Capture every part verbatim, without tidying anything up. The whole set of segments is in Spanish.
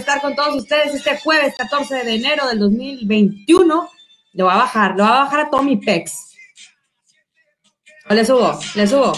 estar con todos ustedes este jueves catorce de enero del dos mil veintiuno. Lo voy a bajar, lo voy a bajar a todo mi pex. O le subo, le subo.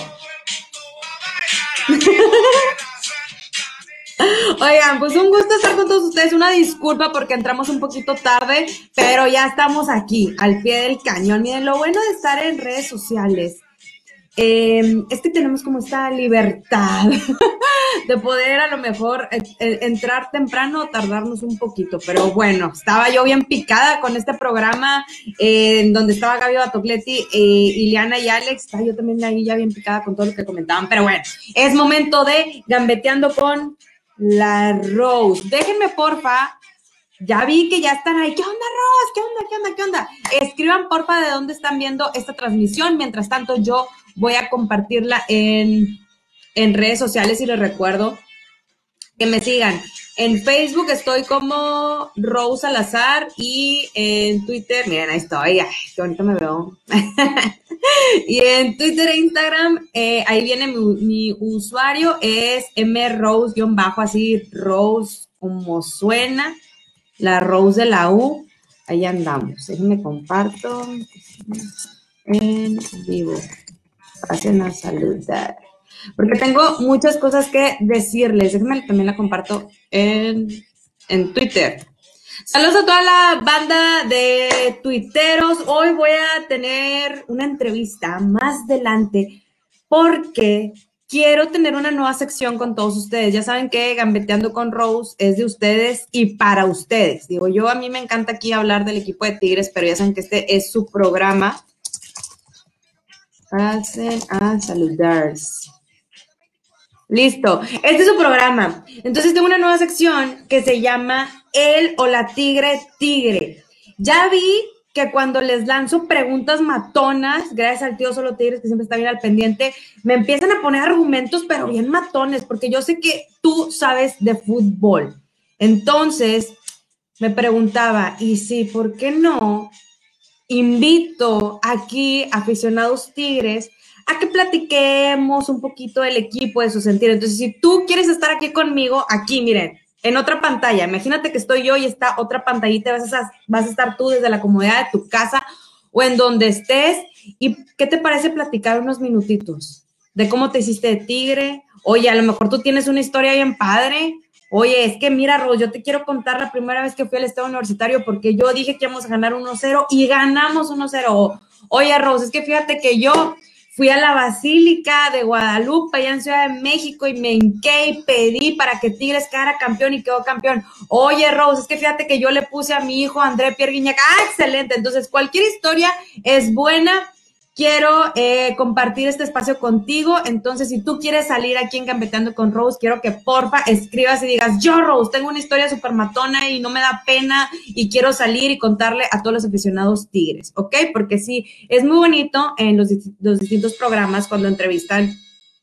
Oigan, pues un gusto estar con todos ustedes. Una disculpa porque entramos un poquito tarde, pero ya estamos aquí, al pie del cañón. Miren, lo bueno de estar en redes sociales eh, es que tenemos como esta libertad de poder a lo mejor eh, eh, entrar temprano o tardarnos un poquito. Pero bueno, estaba yo bien picada con este programa eh, en donde estaba Gaby Batocletti, eh, Ileana y Alex. Estaba yo también ahí ya bien picada con todo lo que comentaban. Pero bueno, es momento de Gambeteando con la Rose. Déjenme, porfa. Ya vi que ya están ahí. ¿Qué onda, Rose? ¿Qué onda? ¿Qué onda? ¿Qué onda? Escriban, porfa, de dónde están viendo esta transmisión. Mientras tanto, yo voy a compartirla en, en redes sociales y les recuerdo que me sigan. En Facebook estoy como Rose Salazar y en Twitter, miren, ahí estoy. Ay, qué bonito me veo. Y en Twitter e Instagram, eh, ahí viene mi, mi usuario, es mrose-bajo, así, Rose como suena, la Rose de la U. Ahí andamos. Déjenme comparto en vivo. Pasen a saludar. Porque tengo muchas cosas que decirles. Déjenme también la comparto en, en Twitter. Saludos a toda la banda de tuiteros. Hoy voy a tener una entrevista más adelante porque quiero tener una nueva sección con todos ustedes. Ya saben que Gambeteando con Rose es de ustedes y para ustedes. Digo, yo a mí me encanta aquí hablar del equipo de Tigres, pero ya saben que este es su programa. Pasen a saludar. Listo, este es su programa. Entonces tengo una nueva sección que se llama El o la Tigre Tigre. Ya vi que cuando les lanzo preguntas matonas, gracias al tío Solo Tigres que siempre está bien al pendiente, me empiezan a poner argumentos pero bien matones, porque yo sé que tú sabes de fútbol. Entonces me preguntaba, ¿y sí, por qué no invito aquí aficionados Tigres a que platiquemos un poquito del equipo, de su sentir? Entonces, si tú quieres estar aquí conmigo, aquí, miren, en otra pantalla, imagínate que estoy yo y está otra pantallita, vas a, vas a estar tú desde la comodidad de tu casa o en donde estés. ¿Y qué te parece platicar unos minutitos de cómo te hiciste de Tigre? Oye, a lo mejor tú tienes una historia bien padre. Oye, es que mira, Rose, yo te quiero contar la primera vez que fui al Estadio Universitario porque yo dije que íbamos a ganar uno cero y ganamos uno cero. Oye, Rose, es que fíjate que yo fui a la Basílica de Guadalupe, allá en Ciudad de México, y me hinqué y pedí para que Tigres quedara campeón y quedó campeón. Oye, Rose, es que fíjate que yo le puse a mi hijo André Pierre Guignac. ¡Ah, excelente! Entonces, cualquier historia es buena. Quiero eh, compartir este espacio contigo. Entonces, si tú quieres salir aquí en Gambeteando con Rose, quiero que porfa escribas y digas, yo, Rose, tengo una historia súper matona y no me da pena y quiero salir y contarle a todos los aficionados Tigres, ¿ok? Porque sí, es muy bonito en los, los distintos programas cuando entrevistan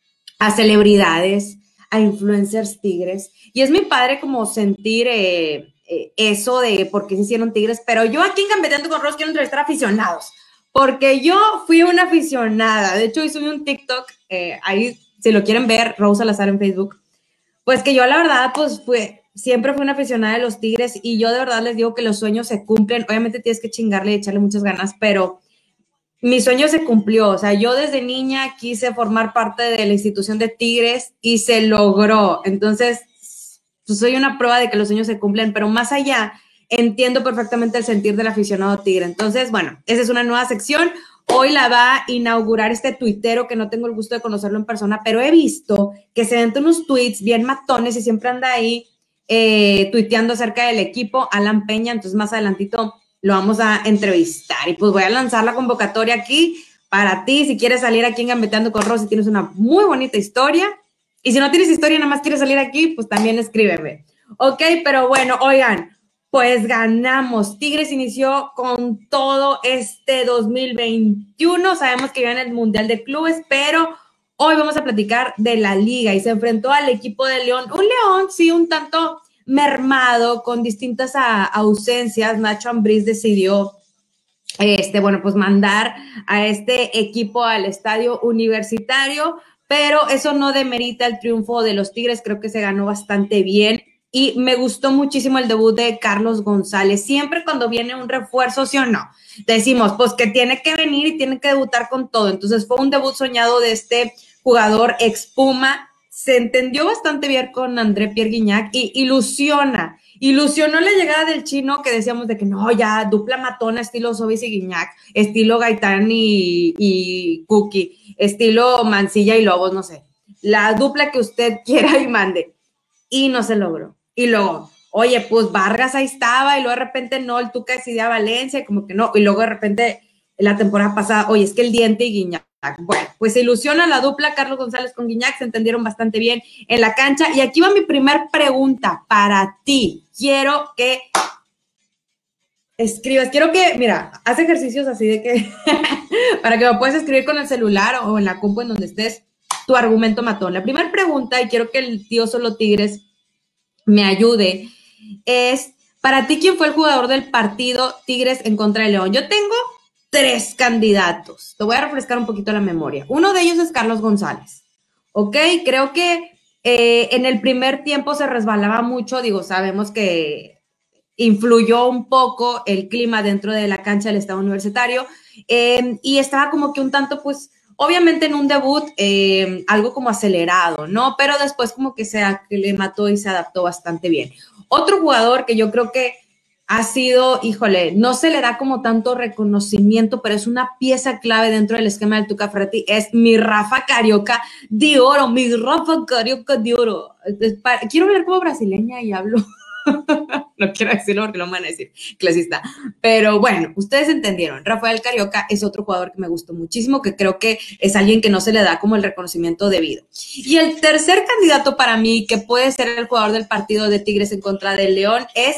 a celebridades, a influencers Tigres, y es muy padre como sentir eh, eh, eso de por qué se hicieron Tigres, pero yo aquí en Gambeteando con Rose quiero entrevistar a aficionados. Porque yo fui una aficionada. De hecho, hoy subí un TikTok, eh, ahí, si lo quieren ver, Rose Salazar en Facebook. Pues que yo, la verdad, pues fue, siempre fui una aficionada de los Tigres y yo de verdad les digo que los sueños se cumplen. Obviamente tienes que chingarle y echarle muchas ganas, pero mi sueño se cumplió. O sea, yo desde niña quise formar parte de la institución de Tigres y se logró. Entonces, pues soy una prueba de que los sueños se cumplen, pero más allá, entiendo perfectamente el sentir del aficionado Tigre. Entonces, bueno, esa es una nueva sección. Hoy la va a inaugurar este tuitero que no tengo el gusto de conocerlo en persona, pero he visto que se ven unos tweets bien matones y siempre anda ahí eh, tuiteando acerca del equipo, Alan Peña. Entonces, más adelantito lo vamos a entrevistar. Y pues voy a lanzar la convocatoria aquí para ti, si quieres salir aquí en Gambeteando con Rose, si tienes una muy bonita historia. Y si no tienes historia, nada más quieres salir aquí, pues también escríbeme. Ok, pero bueno, oigan, pues ganamos. Tigres inició con todo este dos mil veintiuno. Sabemos que gana el Mundial de Clubes, pero hoy vamos a platicar de la Liga y se enfrentó al equipo de León. Un León, sí, un tanto mermado, con distintas a, ausencias. Nacho Ambriz decidió, este, bueno, pues mandar a este equipo al estadio universitario, pero eso no demerita el triunfo de los Tigres. Creo que se ganó bastante bien. y me gustó muchísimo el debut de Carlos González. Siempre cuando viene un refuerzo, ¿sí o no? Decimos, pues que tiene que venir y tiene que debutar con todo. Entonces fue un debut soñado de este jugador ex Puma. Se entendió bastante bien con André Pierre Gignac y ilusiona. Ilusionó la llegada del chino que decíamos de que no, ya dupla matona, estilo Sobis y Guiñac, estilo Gaitán y, y Cookie, estilo Mancilla y Lobos, no sé. La dupla que usted quiera y mande. Y no se logró. Y luego, oye, pues Vargas ahí estaba y luego de repente no, el Tuca decidía a Valencia, como que no. Y luego de repente la temporada pasada, oye, es que el Diente y Guiñac. Bueno, pues se ilusiona la dupla Carlos González con Guiñac, se entendieron bastante bien en la cancha. Y aquí va mi primer pregunta para ti. Quiero que escribas, quiero que, mira, haz ejercicios así de que, para que lo puedas escribir con el celular o en la compu en donde estés, tu argumento matón. La primera pregunta, y quiero que el tío Solo Tigres me ayude, es, para ti, ¿quién fue el jugador del partido Tigres en contra de León? Yo tengo tres candidatos. Te voy a refrescar un poquito la memoria. Uno de ellos es Carlos González. ¿Ok? Creo que eh, en el primer tiempo se resbalaba mucho. Digo, sabemos que influyó un poco el clima dentro de la cancha del Estado Universitario eh, y estaba como que un tanto, pues, obviamente en un debut eh, algo como acelerado, ¿no? Pero después como que se aclimató y se adaptó bastante bien. Otro jugador que yo creo que ha sido, híjole, no se le da como tanto reconocimiento, pero es una pieza clave dentro del esquema del Tuca Ferretti, es mi Rafa Carioca de oro, mi Rafa Carioca de oro. Quiero hablar como brasileña y hablo no quiero decirlo porque lo van a decir clasista, pero bueno, ustedes entendieron. Rafael Carioca es otro jugador que me gustó muchísimo, que creo que es alguien que no se le da como el reconocimiento debido. Y el tercer candidato para mí, que puede ser el jugador del partido de Tigres en contra del León, es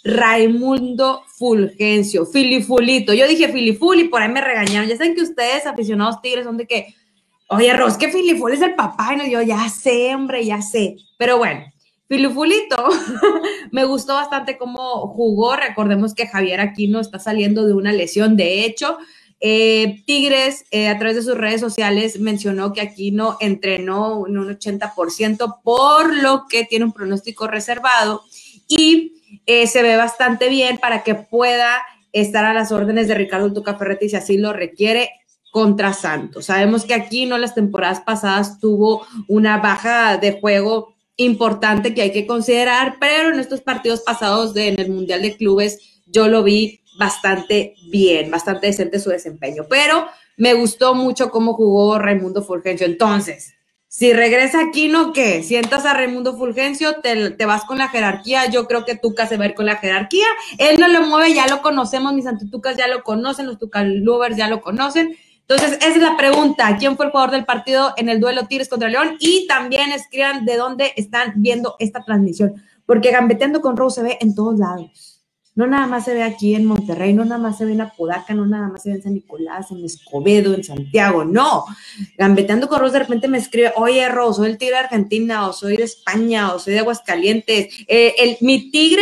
Raimundo Fulgencio, Filifulito. Yo dije Filiful y por ahí me regañaron. Ya saben que ustedes, aficionados Tigres, son de que, oye, Ros, que Filiful es el papá. Y no, yo ya sé, hombre, ya sé. Pero bueno, Filifulito, me gustó bastante cómo jugó. Recordemos que Javier Aquino está saliendo de una lesión. De hecho, eh, Tigres, eh, a través de sus redes sociales, mencionó que Aquino entrenó en un ochenta por ciento, por lo que tiene un pronóstico reservado y eh, se ve bastante bien para que pueda estar a las órdenes de Ricardo Tuca Ferretti si así lo requiere contra Santos. Sabemos que Aquino las temporadas pasadas tuvo una baja de juego importante que hay que considerar, pero en estos partidos pasados de, en el Mundial de Clubes yo lo vi bastante bien, bastante decente su desempeño, pero me gustó mucho cómo jugó Raimundo Fulgencio. Entonces, si regresa Aquino, ¿qué? Sientas a Raimundo Fulgencio, te, te vas con la jerarquía. Yo creo que Tuca se va a ir con la jerarquía. Él no lo mueve, ya lo conocemos, mis antitucas ya lo conocen, los Tucalovers ya lo conocen. Entonces, esa es la pregunta. ¿Quién fue el jugador del partido en el duelo Tigres contra León? Y también escriban de dónde están viendo esta transmisión, porque Gambeteando con Rose se ve en todos lados. No nada más se ve aquí en Monterrey, no nada más se ve en Apodaca, no nada más se ve en San Nicolás, en Escobedo, en Santiago, no. Gambeteando con Rose de repente me escribe, oye, Rose, soy el Tigre de Argentina, o soy de España, o soy de Aguascalientes. Eh, el, mi Tigre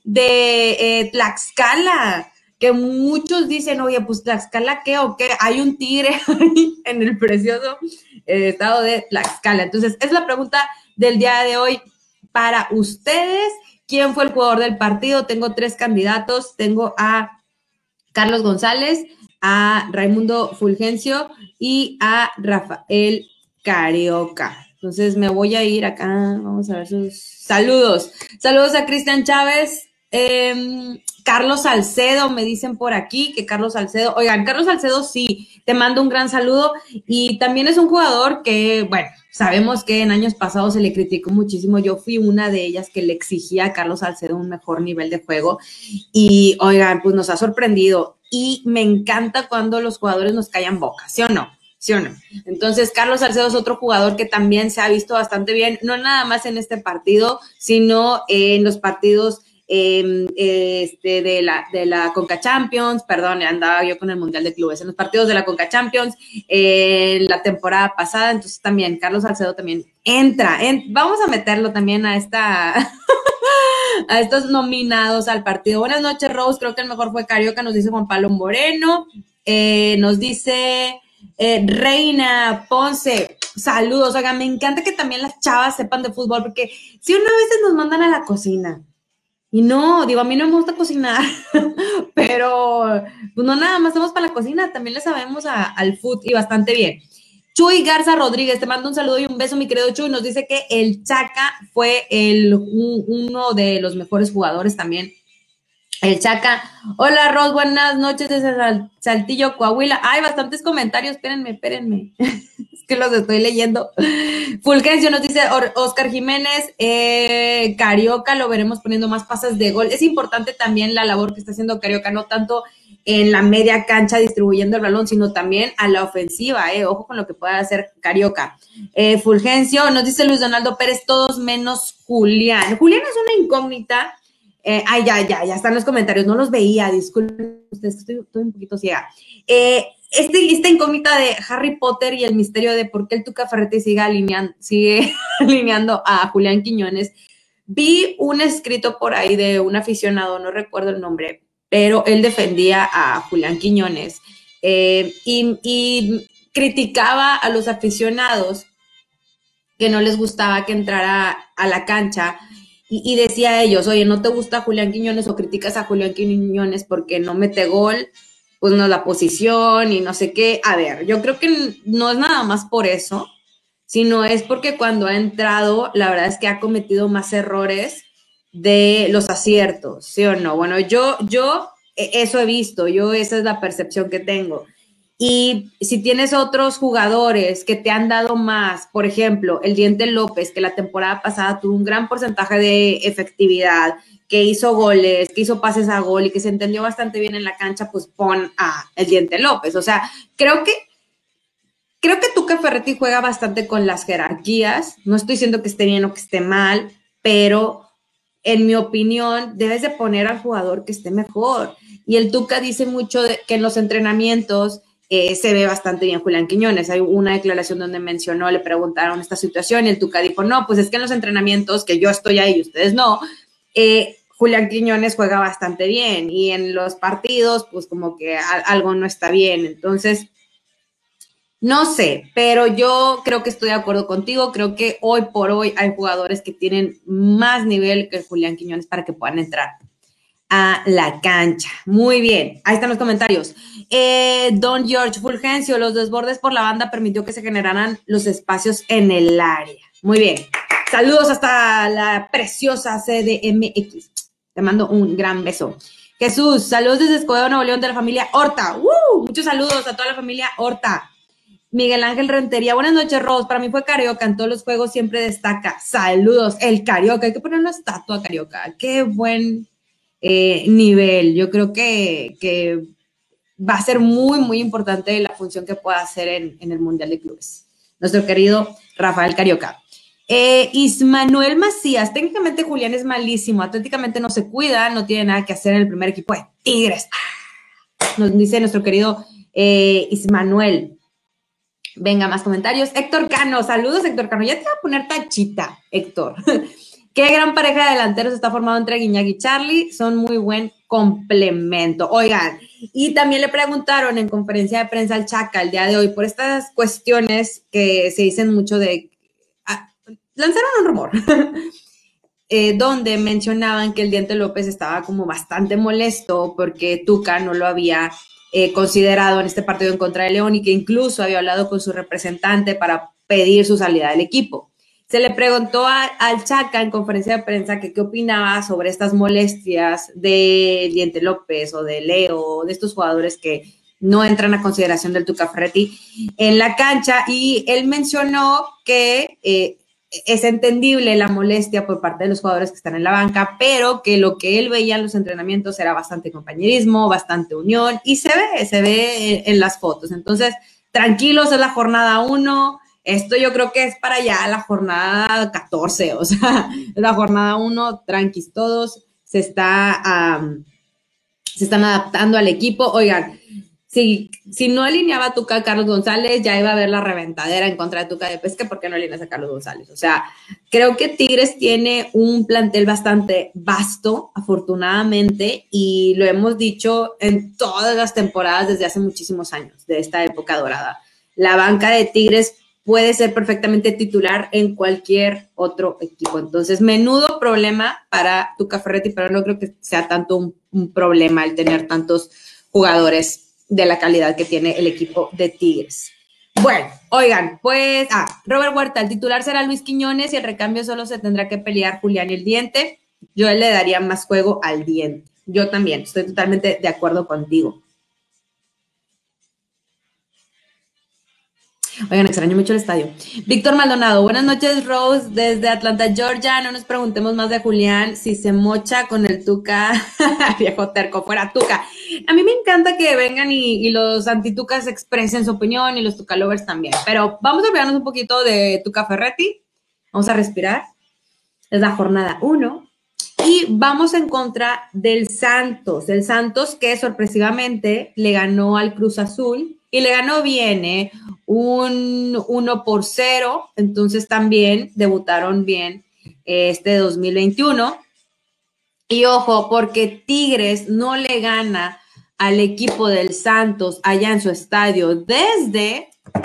de eh, Tlaxcala, que muchos dicen, oye, pues Tlaxcala, ¿qué o qué? Hay un tigre ahí en el precioso eh, estado de Tlaxcala. Entonces, es la pregunta del día de hoy para ustedes. ¿Quién fue el jugador del partido? Tengo tres candidatos. Tengo a Carlos González, a Raimundo Fulgencio y a Rafael Carioca. Entonces, me voy a ir acá. Vamos a ver sus saludos. Saludos a Cristian Chávez. Eh, Carlos Salcedo, me dicen por aquí que Carlos Salcedo, oigan, Carlos Salcedo sí, te mando un gran saludo y también es un jugador que, bueno, sabemos que en años pasados se le criticó muchísimo, yo fui una de ellas que le exigía a Carlos Salcedo un mejor nivel de juego y, oigan, pues nos ha sorprendido y me encanta cuando los jugadores nos callan boca, ¿sí o no? ¿Sí o no? Entonces, Carlos Salcedo es otro jugador que también se ha visto bastante bien, no nada más en este partido, sino en los partidos Eh, este, de la, de la Conca Champions, perdón, andaba yo con el Mundial de Clubes, en los partidos de la Conca Champions, eh, la temporada pasada, entonces también Carlos Salcedo también entra, en, vamos a meterlo también a esta, a estos nominados al partido. Buenas noches, Rose, creo que el mejor fue Carioca, nos dice Juan Pablo Moreno, eh, nos dice eh, Reina Ponce, Saludos, oigan, me encanta que también las chavas sepan de fútbol, porque si una vez nos mandan a la cocina, y no, digo, a mí no me gusta cocinar, pero pues no nada más estamos para la cocina, también le sabemos a, al fútbol y bastante bien. Chuy Garza Rodríguez, te mando un saludo y un beso, mi querido Chuy, nos dice que el Chaca fue el, un, uno de los mejores jugadores también. El Chaca, hola Ros, buenas noches desde Saltillo, Coahuila. Hay bastantes comentarios, espérenme, espérenme, es que los estoy leyendo. Fulgencio nos dice Oscar Jiménez, eh, Carioca, lo veremos poniendo más pases de gol. Es importante también la labor que está haciendo Carioca, no tanto en la media cancha distribuyendo el balón, sino también a la ofensiva, eh, ojo con lo que pueda hacer Carioca. Eh, Fulgencio, nos dice Luis Donaldo Pérez, todos menos Julián. Julián es una incógnita. Eh, ay, ya, ya, ya están los comentarios, no los veía, disculpen ustedes, estoy, estoy un poquito ciega. Eh, este, esta incógnita de Harry Potter y el misterio de por qué el Tuca Ferretti sigue alineando, sigue alineando a Julián Quiñones. Vi un escrito por ahí de un aficionado, no recuerdo el nombre, pero él defendía a Julián Quiñones eh, y, y criticaba a los aficionados que no les gustaba que entrara a la cancha. Y, y decía a ellos, oye, ¿no te gusta Julián Quiñones o criticas a Julián Quiñones porque no mete gol? Pues no la posición y no sé qué. A ver, yo creo que no es nada más por eso, sino es porque cuando ha entrado, la verdad es que ha cometido más errores de los aciertos, ¿sí o no? Bueno, yo, yo eso he visto, yo esa es la percepción que tengo. Y si tienes otros jugadores que te han dado más, por ejemplo, el Diente López, que la temporada pasada tuvo un gran porcentaje de efectividad, que hizo goles, que hizo pases a gol y que se entendió bastante bien en la cancha, pues pon a el Diente López. O sea, creo que creo que Tuca Ferretti juega bastante con las jerarquías. No estoy diciendo que esté bien o que esté mal, pero en mi opinión debes de poner al jugador que esté mejor. Y el Tuca dice mucho de que en los entrenamientos Eh, se ve bastante bien Julián Quiñones. Hay una declaración donde mencionó, le preguntaron esta situación y el Tuca dijo, no, pues es que en los entrenamientos, que yo estoy ahí y ustedes no, eh, Julián Quiñones juega bastante bien y en los partidos, pues como que a, algo no está bien. Entonces, no sé, pero yo creo que estoy de acuerdo contigo. Creo que hoy por hoy hay jugadores que tienen más nivel que Julián Quiñones para que puedan entrar a la cancha. Muy bien, ahí están los comentarios. Eh, Don George Fulgencio, los desbordes por la banda permitió que se generaran los espacios en el área. Muy bien, saludos hasta la preciosa C D M X. Te mando un gran beso. Jesús, saludos desde Escobedo, Nuevo León, de la familia Horta. ¡Uh! Muchos saludos a toda la familia Horta. Miguel Ángel Rentería, buenas noches, Ros. Para mí fue Carioca, en todos los juegos siempre destaca. Saludos, el Carioca, hay que poner una estatua a Carioca. Qué buen Eh, nivel. Yo creo que, que va a ser muy, muy importante la función que pueda hacer en, en el Mundial de Clubes. Nuestro querido Rafael Carioca. Eh, Ismanuel Macías, técnicamente Julián es malísimo, atléticamente no se cuida, no tiene nada que hacer en el primer equipo de Tigres. Nos dice nuestro querido eh, Ismanuel. Venga, más comentarios. Héctor Cano, saludos Héctor Cano. Ya te voy a poner tachita, Héctor. Qué gran pareja de delanteros está formado entre Guiñac y Charlie. Son muy buen complemento. Oigan, y también le preguntaron en conferencia de prensa al Chaca el día de hoy por estas cuestiones que se dicen mucho de... Ah, lanzaron un rumor eh, donde mencionaban que el Diente López estaba como bastante molesto porque Tuca no lo había eh, considerado en este partido en contra de León y que incluso había hablado con su representante para pedir su salida del equipo. Se le preguntó a, al Chaca en conferencia de prensa que qué opinaba sobre estas molestias de Diente López o de Leo, de estos jugadores que no entran a consideración del Tuca Ferretti en la cancha, y él mencionó que eh, es entendible la molestia por parte de los jugadores que están en la banca, pero que lo que él veía en los entrenamientos era bastante compañerismo, bastante unión, y se ve, se ve en las fotos. Entonces, tranquilos, es la jornada uno. Esto yo creo que es para ya la jornada catorce, o sea, la jornada uno, tranquis todos, se está, um, se están adaptando al equipo. Oigan, si, si no alineaba a Tuca a Carlos González, ya iba a haber la reventadera en contra de Tuca de Pesca, ¿por qué no alineas a Carlos González? O sea, creo que Tigres tiene un plantel bastante vasto, afortunadamente, y lo hemos dicho en todas las temporadas desde hace muchísimos años, de esta época dorada. La banca de Tigres puede ser perfectamente titular en cualquier otro equipo. Entonces, menudo problema para Tuca Ferretti, pero no creo que sea tanto un, un problema el tener tantos jugadores de la calidad que tiene el equipo de Tigres. Bueno, oigan, pues, ah, Robert Huerta, el titular será Luis Quiñones y el recambio solo se tendrá que pelear Julián y el Diente. Yo le daría más juego al Diente. Yo también, estoy totalmente de acuerdo contigo. Oigan, extraño mucho el estadio. Víctor Maldonado, buenas noches, Rose, desde Atlanta, Georgia. No nos preguntemos más de Julián, si se mocha con el Tuca, viejo terco, fuera Tuca. A mí me encanta que vengan y, y los antitucas expresen su opinión y los Tuca lovers también. Pero vamos a olvidarnos un poquito de Tuca Ferretti. Vamos a respirar. Es la jornada uno. Y vamos en contra del Santos. El Santos que sorpresivamente le ganó al Cruz Azul. Y le ganó bien, ¿eh? Un uno por cero, entonces también debutaron bien este dos mil veintiuno. Y ojo, porque Tigres no le gana al equipo del Santos allá en su estadio desde,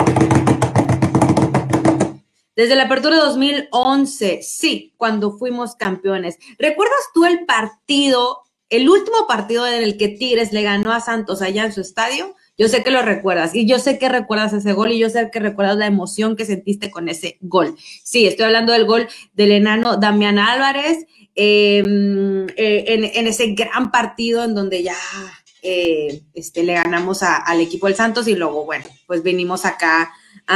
desde la apertura dos mil once, sí, cuando fuimos campeones. ¿Recuerdas tú el partido, el último partido en el que Tigres le ganó a Santos allá en su estadio? Yo sé que lo recuerdas y yo sé que recuerdas ese gol y yo sé que recuerdas la emoción que sentiste con ese gol. Sí, estoy hablando del gol del enano Damián Álvarez eh, eh, en, en ese gran partido en donde ya eh, este, le ganamos a, al equipo del Santos y luego, bueno, pues vinimos acá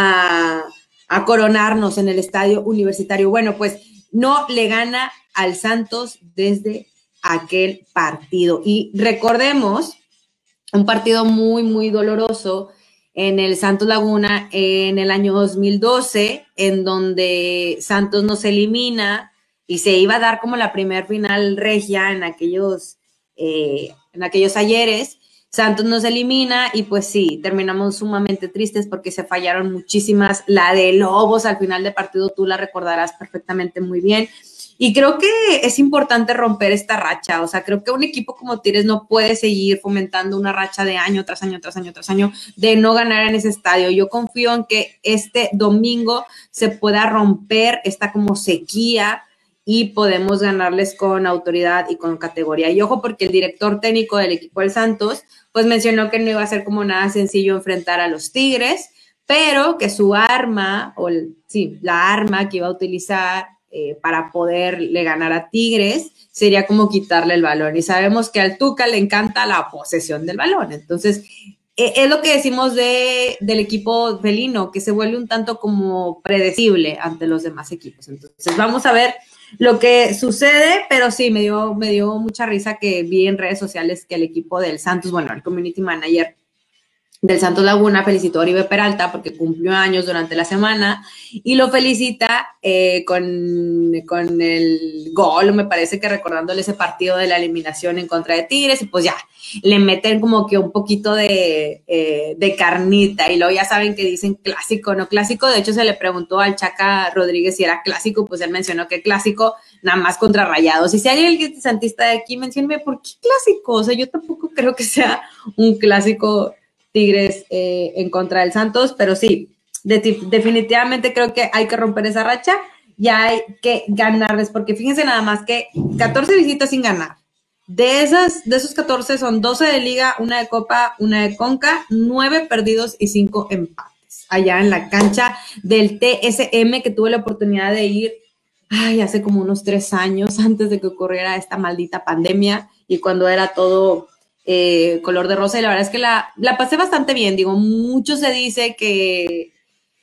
a, a coronarnos en el estadio universitario. Bueno, pues no le gana al Santos desde aquel partido. Y recordemos un partido muy, muy doloroso en el Santos Laguna en el año dos mil doce, en donde Santos nos elimina y se iba a dar como la primer final regia en aquellos, eh, en aquellos ayeres. Santos nos elimina y pues sí, terminamos sumamente tristes porque se fallaron muchísimas. La de Lobos al final de partido, tú la recordarás perfectamente muy bien. Y creo que es importante romper esta racha, o sea, creo que un equipo como Tigres no puede seguir fomentando una racha de año tras año, tras año, tras año, de no ganar en ese estadio. Yo confío en que este domingo se pueda romper esta como sequía y podemos ganarles con autoridad y con categoría. Y ojo, porque el director técnico del equipo del Santos, pues mencionó que no iba a ser como nada sencillo enfrentar a los Tigres, pero que su arma, o el, sí, la arma que iba a utilizar Eh, para poderle ganar a Tigres, sería como quitarle el balón. Y sabemos que al Tuca le encanta la posesión del balón. Entonces, eh, es lo que decimos de, del equipo felino, que se vuelve un tanto como predecible ante los demás equipos. Entonces, vamos a ver lo que sucede, pero sí, me dio, me dio mucha risa que vi en redes sociales que el equipo del Santos, bueno, el community manager del Santos Laguna felicitó a Oribe Peralta porque cumplió años durante la semana y lo felicita eh, con, con el gol, me parece que recordándole ese partido de la eliminación en contra de Tigres y pues ya, le meten como que un poquito de, eh, de carnita y luego ya saben que dicen clásico, no clásico, de hecho se le preguntó al Chaca Rodríguez si era clásico, pues él mencionó que clásico nada más contra Rayados. Y si hay alguien santista de aquí, menciónme por qué clásico, o sea, yo tampoco creo que sea un clásico Tigres eh, en contra del Santos, pero sí, de, definitivamente creo que hay que romper esa racha y hay que ganarles, porque fíjense nada más que catorce visitas sin ganar. De esas, de esos catorce son doce de liga, una de copa, una de conca, nueve perdidos y cinco empates. Allá en la cancha del T S M que tuve la oportunidad de ir, ay, hace como unos tres años antes de que ocurriera esta maldita pandemia y cuando era todo Eh, color de rosa y la verdad es que la, la pasé bastante bien, digo, mucho se dice que,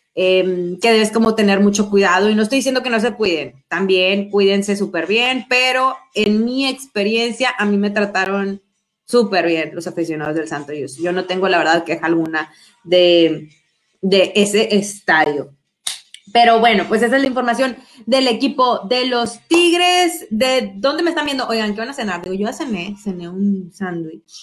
eh, que debes como tener mucho cuidado y no estoy diciendo que no se cuiden, también cuídense súper bien, pero en mi experiencia a mí me trataron súper bien los aficionados del Santo Dios, yo no tengo la verdad queja alguna de, de ese estadio. Pero bueno, pues esa es la información del equipo de los Tigres. ¿De dónde me están viendo? Oigan, ¿qué van a cenar? Digo, yo ya cené, cené un sándwich,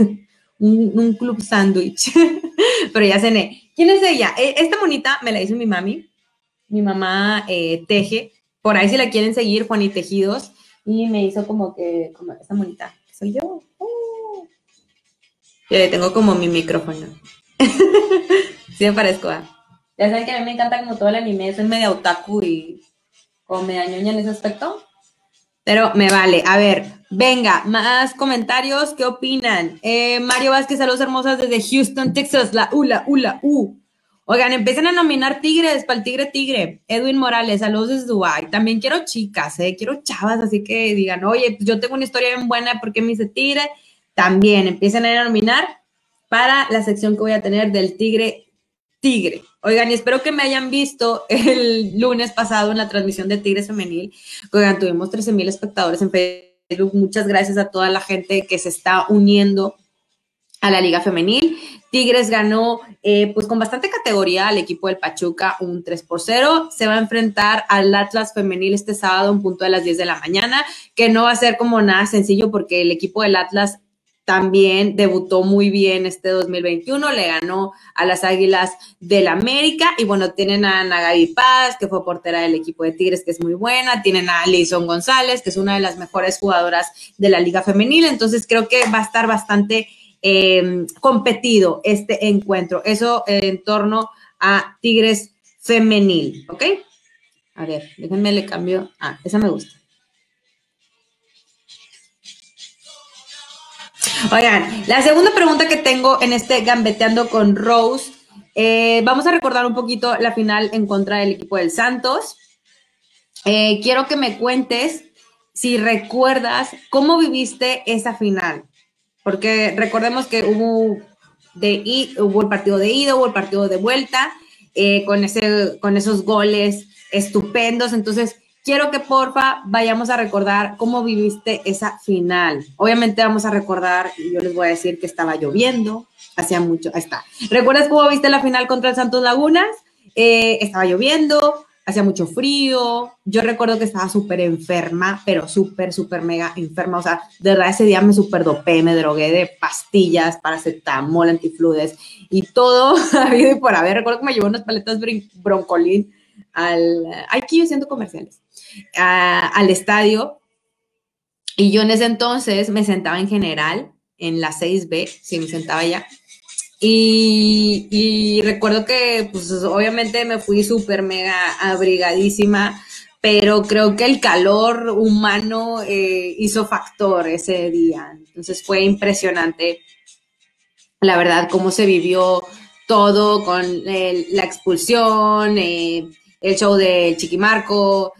un, un club sándwich, pero ya cené. ¿Quién es ella? Esta monita me la hizo mi mami. Mi mamá eh, teje. Por ahí si la quieren seguir, Juani Tejidos. Y me hizo como que, como esta monita, soy yo. Uh. Yo le tengo como mi micrófono. Sí me parezco, ¿eh? Ya saben que a mí me encanta como todo el anime, soy media otaku y como media ñoña en ese aspecto. Pero me vale. A ver, venga, más comentarios. ¿Qué opinan? Eh, Mario Vázquez, saludos hermosas desde Houston, Texas. La U, la U, la U. Oigan, empiecen a nominar tigres para el tigre tigre. Edwin Morales, saludos desde Dubái. También quiero chicas, ¿eh? Quiero chavas, así que digan, oye, pues yo tengo una historia bien buena, ¿por qué me hice tigre? También empiecen a nominar para la sección que voy a tener del tigre tigre. Oigan, y espero que me hayan visto el lunes pasado en la transmisión de Tigres Femenil. Oigan, tuvimos trece mil espectadores en Facebook. Muchas gracias a toda la gente que se está uniendo a la Liga Femenil. Tigres ganó eh, pues con bastante categoría al equipo del Pachuca, un tres por cero. Se va a enfrentar al Atlas Femenil este sábado en punto de las diez de la mañana, que no va a ser como nada sencillo porque el equipo del Atlas también debutó muy bien este dos mil veintiuno, le ganó a las Águilas del América y bueno, tienen a Ana Gaby Paz, que fue portera del equipo de Tigres, que es muy buena, tienen a Alison González, que es una de las mejores jugadoras de la Liga Femenil, entonces creo que va a estar bastante eh, competido este encuentro, eso en torno a Tigres Femenil, ¿ok? A ver, déjenme le cambio, ah, esa me gusta. Oigan, la segunda pregunta que tengo en este Gambeteando con Rose, eh, vamos a recordar un poquito la final en contra del equipo del Santos. Eh, quiero que me cuentes si recuerdas cómo viviste esa final, porque recordemos que hubo, de, hubo el partido de ida, hubo el partido de vuelta, eh, con, ese, con esos goles estupendos, entonces quiero que porfa vayamos a recordar cómo viviste esa final. Obviamente vamos a recordar, y yo les voy a decir que estaba lloviendo, hacía mucho, ahí está. ¿Recuerdas cómo viste la final contra el Santos Lagunas? Eh, estaba lloviendo, hacía mucho frío, yo recuerdo que estaba súper enferma, pero súper, súper mega enferma, o sea, de verdad ese día me súper dopé, me drogué de pastillas, paracetamol, antifludes y todo habido y por haber. Recuerdo que me llevó unas paletas broncolín al, aquí yo haciendo comerciales, a, al estadio, y yo en ese entonces me sentaba en general, en la seis B, sí me sentaba allá, y, y recuerdo que pues obviamente me fui súper mega abrigadísima, pero creo que el calor humano eh, hizo factor ese día, entonces fue impresionante, la verdad, cómo se vivió todo con el, la expulsión, eh, el show de Chiquimarco,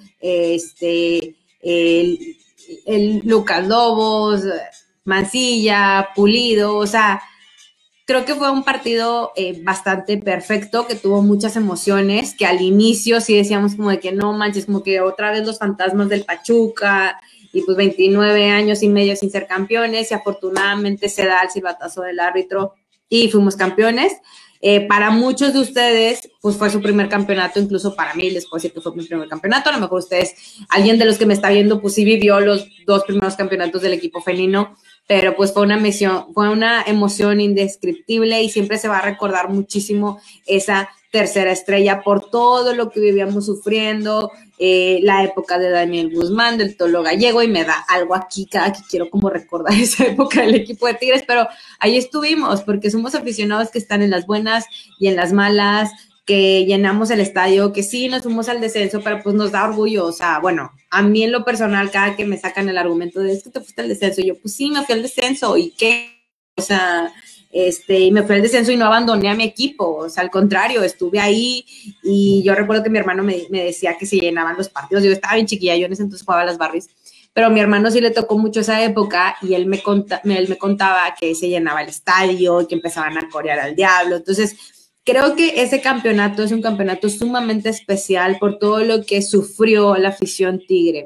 este, el, el Lucas Lobos, Mancilla, Pulido, o sea, creo que fue un partido eh, bastante perfecto, que tuvo muchas emociones, que al inicio sí decíamos como de que no manches, como que otra vez los fantasmas del Pachuca, y pues veintinueve años y medio sin ser campeones, y afortunadamente se da el silbatazo del árbitro y fuimos campeones. Eh, para muchos de ustedes, pues fue su primer campeonato, incluso para mí les puedo decir que fue mi primer campeonato, a lo mejor ustedes, alguien de los que me está viendo, pues sí vivió los dos primeros campeonatos del equipo felino, pero pues fue una misión, fue una emoción indescriptible y siempre se va a recordar muchísimo esa tercera estrella por todo lo que vivíamos sufriendo, eh, la época de Daniel Guzmán, del Tolo Gallego, y me da algo aquí cada que quiero como recordar esa época del equipo de Tigres, pero ahí estuvimos, porque somos aficionados que están en las buenas y en las malas, que llenamos el estadio, que sí nos fuimos al descenso, pero pues nos da orgullo, o sea, bueno, a mí en lo personal, cada que me sacan el argumento de es que te fuiste al descenso, yo pues sí, me fui al descenso, ¿y qué? O sea, este, me fui al descenso y no abandoné a mi equipo, o sea, al contrario, estuve ahí y yo recuerdo que mi hermano me, me decía que se llenaban los partidos, yo estaba bien chiquilla, yo en ese entonces jugaba a las Barbies, pero a mi hermano sí le tocó mucho esa época y él me, conta, él me contaba que se llenaba el estadio y que empezaban a corear al diablo, entonces creo que ese campeonato es un campeonato sumamente especial por todo lo que sufrió la afición tigre.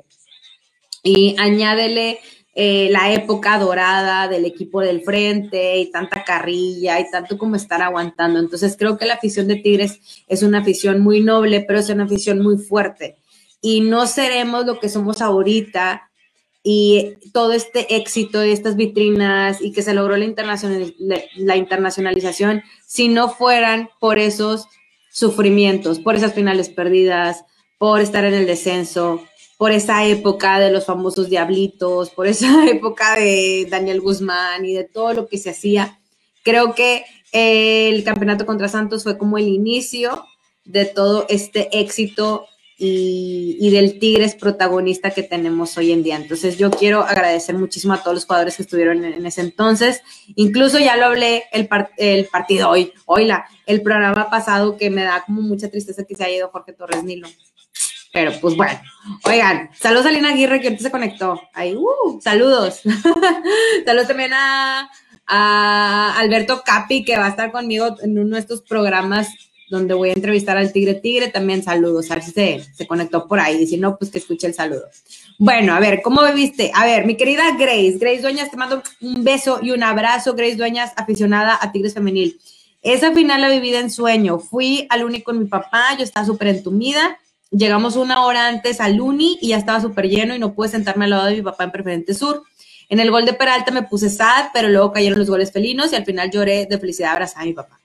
Y añádele eh, la época dorada del equipo del frente y tanta carrilla y tanto como estar aguantando. Entonces creo que la afición de Tigres es una afición muy noble, pero es una afición muy fuerte. Y no seremos lo que somos ahorita y todo este éxito y estas vitrinas y que se logró la, internacional, la, la internacionalización si no fueran por esos sufrimientos, por esas finales perdidas, por estar en el descenso, por esa época de los famosos diablitos, por esa época de Daniel Guzmán y de todo lo que se hacía. Creo que el campeonato contra Santos fue como el inicio de todo este éxito y, y del Tigres protagonista que tenemos hoy en día. Entonces yo quiero agradecer muchísimo a todos los jugadores que estuvieron en, en ese entonces. Incluso ya lo hablé el, par, el partido hoy, hoy la, el programa pasado, que me da como mucha tristeza que se haya ido Jorge Torres Nilo. Pero pues bueno, oigan, saludos a Lina Aguirre que ahorita se conectó. Ahí, uh, saludos. Saludos también a, a Alberto Capi, que va a estar conmigo en uno de estos programas donde voy a entrevistar al Tigre Tigre. También saludos, a ver si se, se conectó por ahí. Y si no, pues que escuche el saludo. Bueno, a ver, ¿cómo viviste? A ver, mi querida Grace, Grace Dueñas, te mando un beso y un abrazo. Grace Dueñas, aficionada a Tigres Femenil. Esa final la viví en sueño. Fui al Uni con mi papá, yo estaba súper entumida. Llegamos una hora antes al Uni y ya estaba súper lleno y no pude sentarme al lado de mi papá en Preferente Sur. En el gol de Peralta me puse sad, pero luego cayeron los goles felinos y al final lloré de felicidad abrazada a mi papá.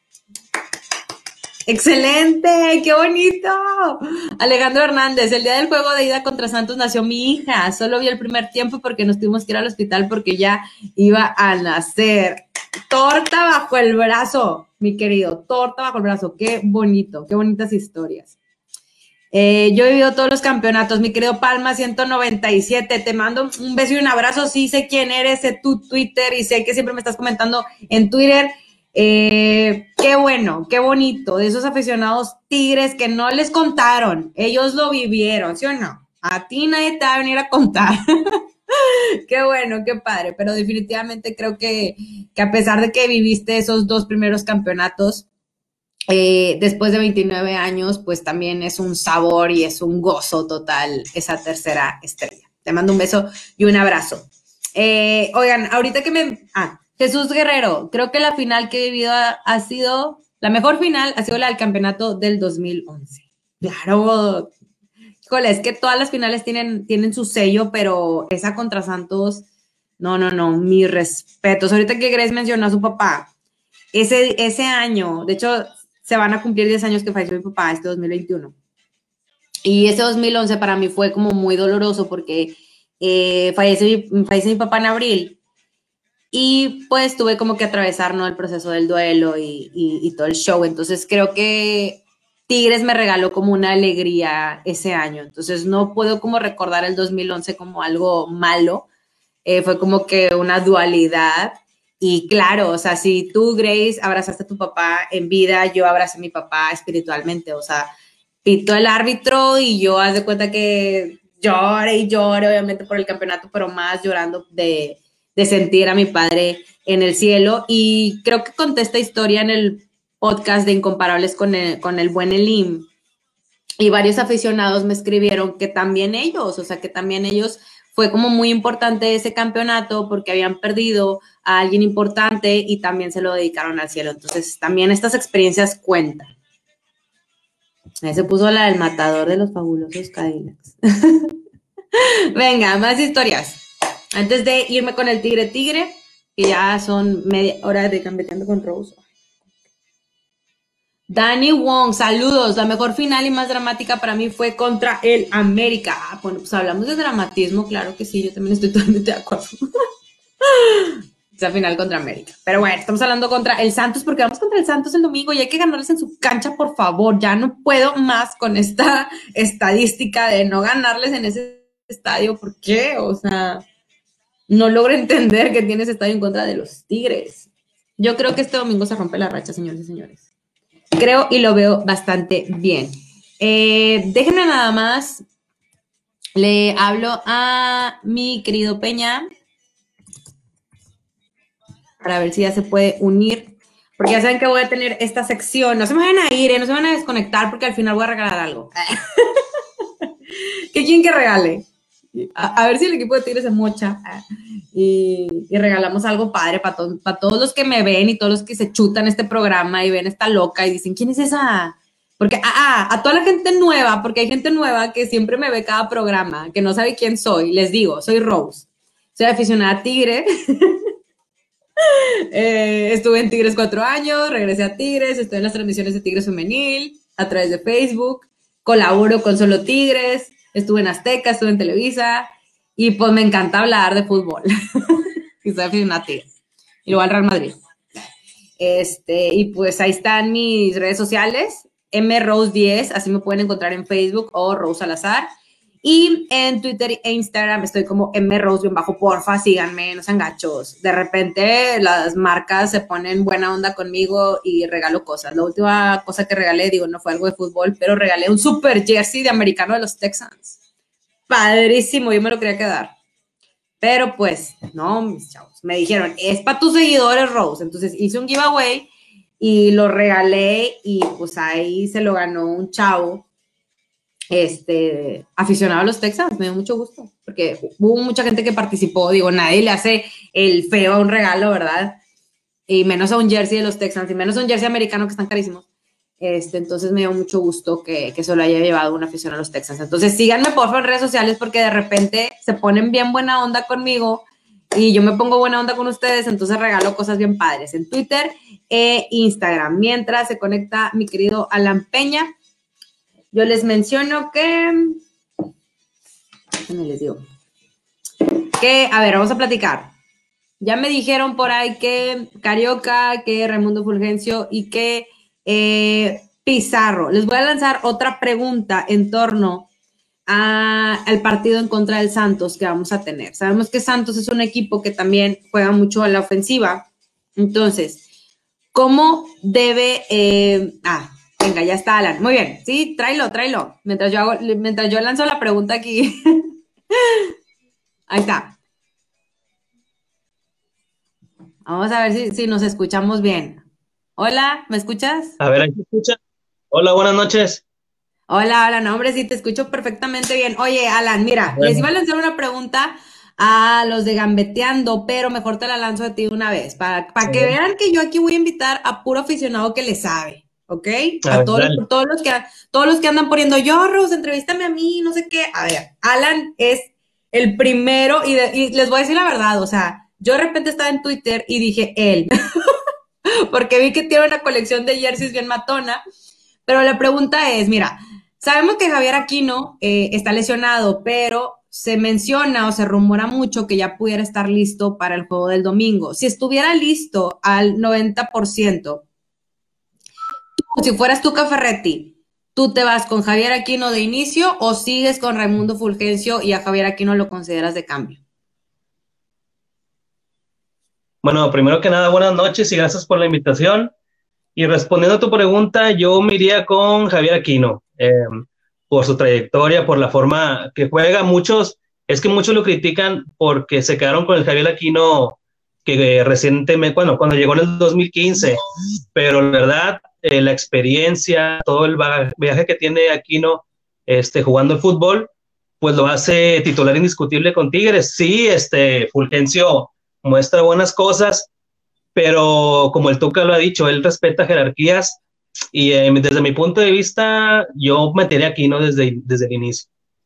¡Excelente! ¡Qué bonito! Alejandro Hernández, el día del juego de ida contra Santos nació mi hija. Solo vi el primer tiempo porque nos tuvimos que ir al hospital porque ya iba a nacer. Torta bajo el brazo, mi querido. Torta bajo el brazo. ¡Qué bonito! ¡Qué bonitas historias! Eh, yo he vivido todos los campeonatos, mi querido Palma ciento noventa y siete, te mando un beso y un abrazo, sí sé quién eres, sé tu Twitter y sé que siempre me estás comentando en Twitter. Eh, qué bueno, qué bonito, de esos aficionados tigres que no les contaron, ellos lo vivieron, ¿sí o no? A ti nadie te va a venir a contar. Qué bueno, qué padre, pero definitivamente creo que, que a pesar de que viviste esos dos primeros campeonatos, Eh, después de veintinueve años, pues también es un sabor y es un gozo total esa tercera estrella. Te mando un beso y un abrazo. Eh, oigan, ahorita que me... Ah, Jesús Guerrero, creo que la final que he vivido ha, ha sido... La mejor final ha sido la del campeonato del dos mil once. Claro. Híjole, es que todas las finales tienen, tienen su sello, pero esa contra Santos... No, no, no, mis respetos. Ahorita que Grace mencionó a su papá, ese, ese año, de hecho... se van a cumplir diez años que falleció mi papá, este dos mil veintiuno. Y ese dos mil once para mí fue como muy doloroso porque eh, fallece, mi, fallece mi papá en abril y pues tuve como que atravesar, ¿no?, el proceso del duelo y, y, y todo el show. Entonces creo que Tigres me regaló como una alegría ese año. Entonces no puedo como recordar el dos mil once como algo malo. Eh, fue como que una dualidad. Y claro, o sea, si tú, Grace, abrazaste a tu papá en vida, yo abracé a mi papá espiritualmente. O sea, pitó el árbitro y yo haz de cuenta que lloré y lloré, obviamente, por el campeonato, pero más llorando de, de sentir a mi padre en el cielo. Y creo que conté esta historia en el podcast de Incomparables con el, con el buen Elim. Y varios aficionados me escribieron que también ellos, o sea, que también ellos... Fue como muy importante ese campeonato porque habían perdido a alguien importante y también se lo dedicaron al cielo. Entonces, también estas experiencias cuentan. Ahí se puso la del matador de los fabulosos Cadillacs. Venga, más historias. Antes de irme con el Tigre Tigre, que ya son media hora de Gambeteando con Rose. Danny Wong, saludos. La mejor final y más dramática para mí fue contra el América. Ah, bueno, pues hablamos de dramatismo, claro que sí, yo también estoy totalmente de acuerdo. Esa final contra América. Pero bueno, estamos hablando contra el Santos porque vamos contra el Santos el domingo y hay que ganarles en su cancha, por favor. Ya no puedo más con esta estadística de no ganarles en ese estadio. ¿Por qué? O sea, no logro entender que tiene ese estadio en contra de los Tigres. Yo creo que este domingo se rompe la racha, señores y señores. Creo y lo veo bastante bien. Eh, déjenme nada más, le hablo a mi querido Peña para ver si ya se puede unir, porque ya saben que voy a tener esta sección. No se me vayan a ir, ¿eh? No se van a desconectar porque al final voy a regalar algo. ¿Qué quieren que regale? A, a ver si el equipo de Tigres se mocha y, y regalamos algo padre para to, para todos los que me ven y todos los que se chutan este programa y ven esta loca y dicen, ¿quién es esa? Porque ah, ah, a toda la gente nueva, porque hay gente nueva que siempre me ve cada programa, que no sabe quién soy, les digo, soy Rose, soy aficionada a Tigre. eh, estuve en Tigres cuatro años, regresé a Tigres, estoy en las transmisiones de Tigres Femenil a través de Facebook, colaboro con Solo Tigres, estuve en Azteca, estuve en Televisa y pues me encanta hablar de fútbol. Y soy aficionada a Tigres. Y luego al Real Madrid. Este, y pues ahí están mis redes sociales. M Rose diez, así me pueden encontrar en Facebook o Rose Salazar. Y en Twitter e Instagram estoy como mrose-porfa, síganme, no sean gachos. De repente las marcas se ponen buena onda conmigo y regalo cosas. La última cosa que regalé, digo, no fue algo de fútbol, pero regalé un super jersey de americano de los Texans. Padrísimo, yo me lo quería quedar. Pero pues, no, mis chavos, me dijeron, es para tus seguidores, Rose. Entonces hice un giveaway y lo regalé y pues ahí se lo ganó un chavo este, aficionado a los Texans. Me dio mucho gusto, porque hubo mucha gente que participó. Digo, nadie le hace el feo a un regalo, ¿verdad? Y menos a un jersey de los Texans, y menos a un jersey americano que están carísimos. Este, entonces me dio mucho gusto que, que se lo haya llevado una afición a los Texans. Entonces síganme por favor en redes sociales, porque de repente se ponen bien buena onda conmigo y yo me pongo buena onda con ustedes, entonces regalo cosas bien padres en Twitter e Instagram. Mientras se conecta mi querido Alan Peña, yo les menciono que, ¿cómo les digo? Que, a ver, vamos a platicar. Ya me dijeron por ahí que Carioca, que Raimundo Fulgencio y que eh, Pizarro. Les voy a lanzar otra pregunta en torno a, al partido en contra del Santos que vamos a tener. Sabemos que Santos es un equipo que también juega mucho a la ofensiva. Entonces, ¿cómo debe... Eh, ah, venga, ya está Alan. Muy bien, sí, tráelo, tráelo. Mientras yo, hago, mientras yo lanzo la pregunta aquí. Ahí está. Vamos a ver si, si nos escuchamos bien. Hola, ¿me escuchas? A ver, ¿ahí se escucha? Hola, buenas noches. Hola, Alan, hombre, sí, te escucho perfectamente bien. Oye, Alan, mira, les Bueno, iba a lanzar una pregunta a los de Gambeteando, pero mejor te la lanzo a ti de una vez, para, para a que ver, vean que yo aquí voy a invitar a puro aficionado que le sabe, ¿ok? a A ver, todos dale. los, todos los que, todos los que andan poniendo, yo, Rose, entrevístame a mí, no sé qué. A ver, Alan es el primero, y, de- y les voy a decir la verdad, o sea, yo de repente estaba en Twitter y dije, él, porque vi que tiene una colección de jerseys bien matona, pero la pregunta es, mira, sabemos que Javier Aquino eh, está lesionado, pero se menciona o se rumora mucho que ya pudiera estar listo para el juego del domingo. Si estuviera listo al noventa por ciento, si fueras tú, Ferretti, ¿tú te vas con Javier Aquino de inicio o sigues con Raimundo Fulgencio y a Javier Aquino lo consideras de cambio? Bueno, primero que nada, buenas noches y gracias por la invitación. Y respondiendo a tu pregunta, yo me iría con Javier Aquino, eh, por su trayectoria, por la forma que juega. Muchos, es que muchos lo critican porque se quedaron con el Javier Aquino que eh, recientemente, bueno, cuando llegó en el dos mil quince, pero la verdad, eh, la experiencia, todo el viaje que tiene Aquino este, jugando el fútbol, pues lo hace titular indiscutible con Tigres. Sí, este, Fulgencio muestra buenas cosas, pero como el Tuca lo ha dicho, él respeta jerarquías y eh, desde mi punto de vista, yo metería aquí, ¿no? Desde, desde el inicio.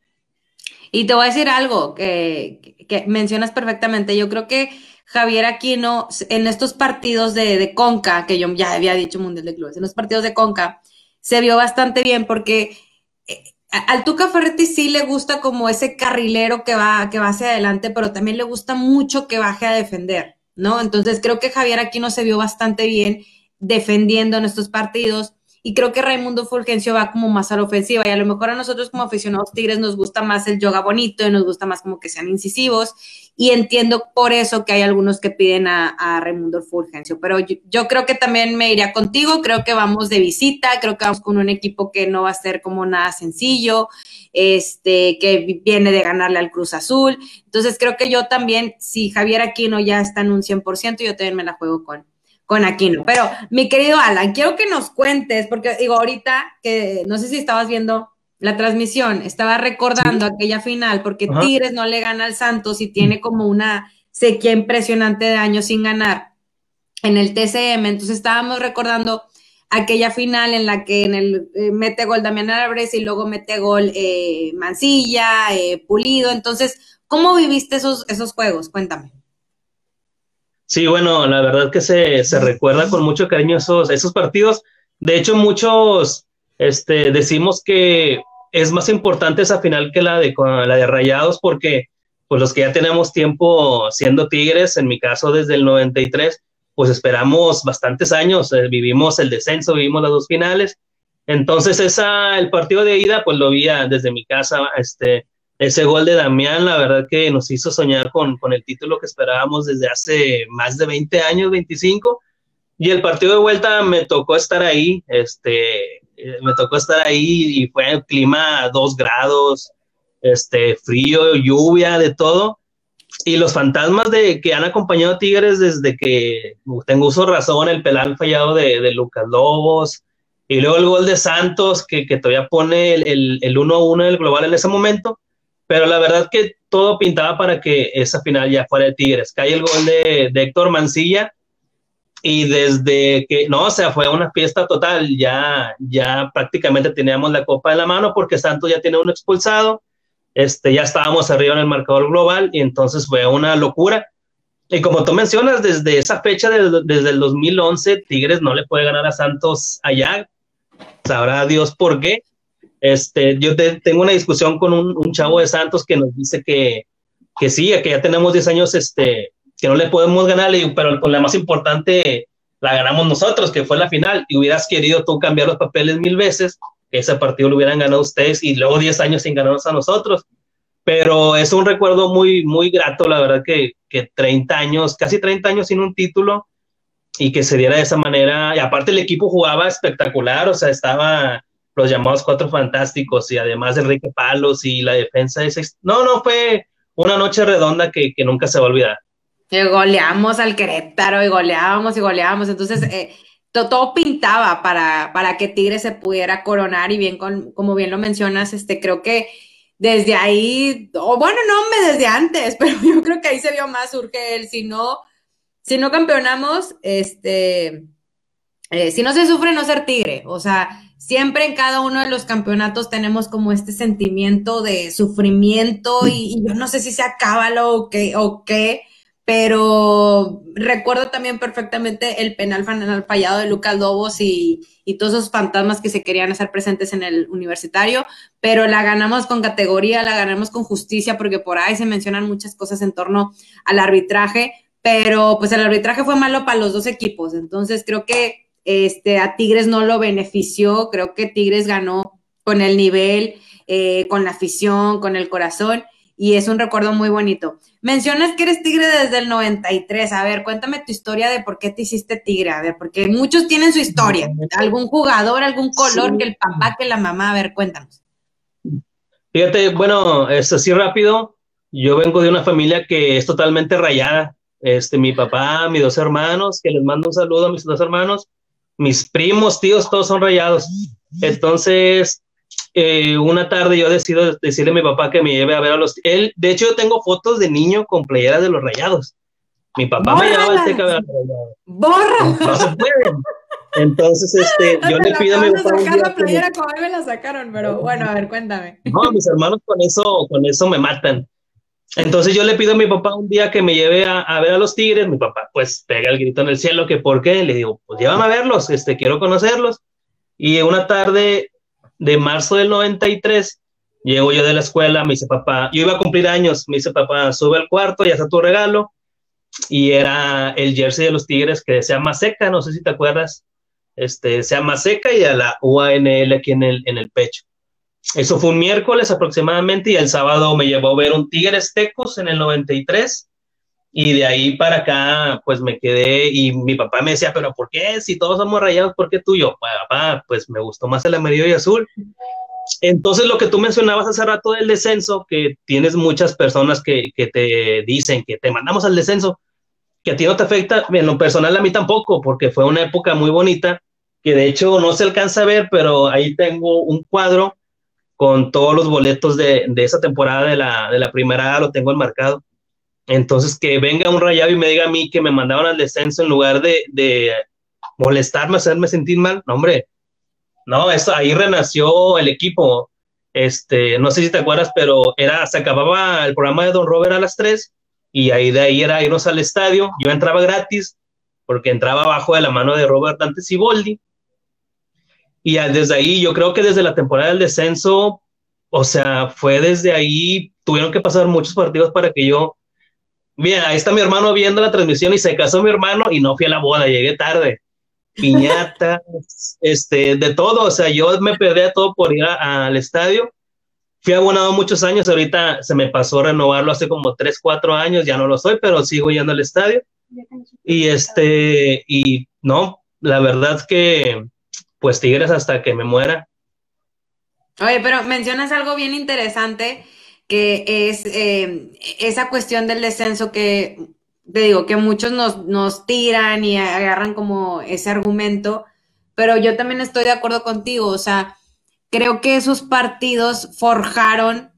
Y te voy a decir algo que, que mencionas perfectamente. Yo creo que Javier Aquino, en estos partidos de, de Conca, que yo ya había dicho Mundial de Clubes, en los partidos de Conca, se vio bastante bien porque eh, al Tuca Ferretti sí le gusta como ese carrilero que va, que va hacia adelante, pero también le gusta mucho que baje a defender, ¿no? Entonces creo que Javier Aquino se vio bastante bien defendiendo en estos partidos. Y creo que Raimundo Fulgencio va como más a la ofensiva, y a lo mejor a nosotros como aficionados Tigres nos gusta más el yoga bonito y nos gusta más como que sean incisivos, y entiendo por eso que hay algunos que piden a, a Raimundo Fulgencio, pero yo, yo creo que también me iría contigo. Creo que vamos de visita, creo que vamos con un equipo que no va a ser como nada sencillo, este, que viene de ganarle al Cruz Azul. Entonces creo que yo también, si Javier Aquino ya está en un cien por ciento, yo también me la juego con con Aquino. Pero, mi querido Alan, quiero que nos cuentes, porque digo, ahorita que no sé si estabas viendo la transmisión, estaba recordando Sí. aquella final, porque Ajá. Tigres no le gana al Santos y tiene como una sequía impresionante de años sin ganar en el T C M. Entonces estábamos recordando aquella final en la que en el eh, mete gol Damián Álvarez y luego mete gol eh, Mancilla, eh, Pulido. Entonces, ¿cómo viviste esos, esos juegos? Cuéntame. Sí, bueno, la verdad que se, se recuerda con mucho cariño esos, esos partidos. De hecho, muchos este, decimos que es más importante esa final que la de, con la de Rayados, porque pues los que ya tenemos tiempo siendo Tigres, en mi caso desde el noventa y tres, pues esperamos bastantes años, eh, vivimos el descenso, vivimos las dos finales, Entonces, esa, el partido de ida, pues lo vi a- desde mi casa, este, ese gol de Damián, la verdad que nos hizo soñar con, con el título que esperábamos desde hace más de veinte años, veinticinco. Y el partido de vuelta me tocó estar ahí, este, eh, me tocó estar ahí y fue el clima a dos grados, este, frío, lluvia, de todo. Y los fantasmas de que han acompañado a Tigres desde que tengo uso de razón, el penal fallado de, de Lucas Lobos, y luego el gol de Santos, que, que todavía pone el, el, el uno a uno del global en ese momento, pero la verdad que todo pintaba para que esa final ya fuera de Tigres. Cae el gol de, de Héctor Mancilla, y desde que, no, o sea, fue una fiesta total, ya, ya prácticamente teníamos la copa en la mano porque Santos ya tiene uno expulsado, este, ya estábamos arriba en el marcador global y entonces fue una locura. Y como tú mencionas, desde esa fecha, de, desde el dos mil once, Tigres no le puede ganar a Santos allá, sabrá Dios por qué. Este, yo te, tengo una discusión con un, un chavo de Santos que nos dice que, que sí, que ya tenemos diez años, este, que no le podemos ganar, pero con la más importante la ganamos nosotros, que fue la final, y hubieras querido tú cambiar los papeles mil veces, que ese partido lo hubieran ganado ustedes y luego diez años sin ganarnos a nosotros. Pero es un recuerdo muy, muy grato, la verdad, que, que treinta años, casi treinta años sin un título y que se diera de esa manera. Y aparte el equipo jugaba espectacular, o sea, estaba los llamados Cuatro Fantásticos y además Enrique Palos y la defensa de ese... No, no, fue una noche redonda que, que nunca se va a olvidar. Que goleamos al Querétaro y goleábamos y goleábamos. Entonces, eh, to- todo pintaba para, para que Tigres se pudiera coronar y bien, con, como bien lo mencionas, este, creo que desde ahí, o bueno, no, hombre, desde antes, pero yo creo que ahí se vio más urge el, si no, si no campeonamos, este, eh, si no se sufre, no ser Tigre. O sea, siempre en cada uno de los campeonatos tenemos como este sentimiento de sufrimiento y, y yo no sé si sea cábalo o qué, o qué, pero recuerdo también perfectamente el penal, penal fallado de Lucas Lobos y, y todos esos fantasmas que se querían hacer presentes en el universitario, pero la ganamos con categoría, la ganamos con justicia, porque por ahí se mencionan muchas cosas en torno al arbitraje, pero pues el arbitraje fue malo para los dos equipos. Entonces creo que este, a Tigres no lo benefició, creo que Tigres ganó con el nivel, eh, con la afición, con el corazón, y es un recuerdo muy bonito. Mencionas que eres Tigre desde el noventa y tres, a ver, cuéntame tu historia de por qué te hiciste Tigre, a ver, porque muchos tienen su historia, algún jugador, algún color, sí, que el papá, que la mamá, a ver, cuéntanos. Fíjate, bueno, es así rápido, yo vengo de una familia que es totalmente rayada, este, mi papá, mis dos hermanos, que les mando un saludo a mis dos hermanos, mis primos, tíos, todos son rayados. Entonces, eh, una tarde yo decido decirle a mi papá que me lleve a ver a los... Él, de hecho, yo tengo fotos de niño con playeras de los rayados. Mi papá me llevaba al Teca a ver a los rayados. ¡Borra! No se puede. Entonces, este, yo le pido a mi papá... sacar la playera como a mí me la sacaron, pero bueno, a ver, cuéntame. No, mis hermanos con eso, con eso me matan. Entonces yo le pido a mi papá un día que me lleve a, a ver a los Tigres. Mi papá pues pega el grito en el cielo, que por qué. Le digo, pues llévame a verlos, este, quiero conocerlos. Y una tarde de marzo del noventa y tres, llego yo de la escuela, me dice papá, yo iba a cumplir años, me dice papá, sube al cuarto, ya está tu regalo. Y era el jersey de los Tigres que decía Maseca, no sé si te acuerdas, este, se llama Maseca y a la U A N L aquí en el, en el pecho. Eso fue un miércoles aproximadamente y el sábado me llevó a ver un Tigres Tecos en el noventa y tres y de ahí para acá pues me quedé y mi papá me decía, pero ¿por qué? Si todos somos rayados, ¿por qué tú y yo? Papá, pues me gustó más el amarillo y azul. Entonces lo que tú mencionabas hace rato del descenso, que tienes muchas personas que, que te dicen que te mandamos al descenso, que a ti no te afecta, en lo personal a mí tampoco, porque fue una época muy bonita, que de hecho no se alcanza a ver, pero ahí tengo un cuadro con todos los boletos de, de esa temporada de la, de la primera A, lo tengo enmarcado. Entonces, que venga un rayado y me diga a mí que me mandaban al descenso en lugar de, de molestarme, hacerme sentir mal, no, hombre, no, eso, ahí renació el equipo. Este, no sé si te acuerdas, pero era, se acababa el programa de Don Robert a las tres y ahí de ahí era irnos al estadio. Yo entraba gratis porque entraba abajo de la mano de Robert Dante Siboldi. Y desde ahí, yo creo que desde la temporada del descenso, o sea, fue desde ahí, tuvieron que pasar muchos partidos para que yo, bien, ahí está mi hermano viendo la transmisión y se casó mi hermano y no fui a la boda, llegué tarde. piñatas, este, de todo, o sea, yo me perdía todo por ir a- al estadio. Fui abonado muchos años, ahorita se me pasó renovarlo hace como tres, cuatro años, ya no lo soy, pero sigo yendo al estadio. Y este, y no, la verdad que, pues Tigres hasta que me muera. Oye, pero mencionas algo bien interesante que es eh, esa cuestión del descenso que te digo que muchos nos, nos tiran y agarran como ese argumento, pero yo también estoy de acuerdo contigo, o sea, creo que esos partidos forjaron,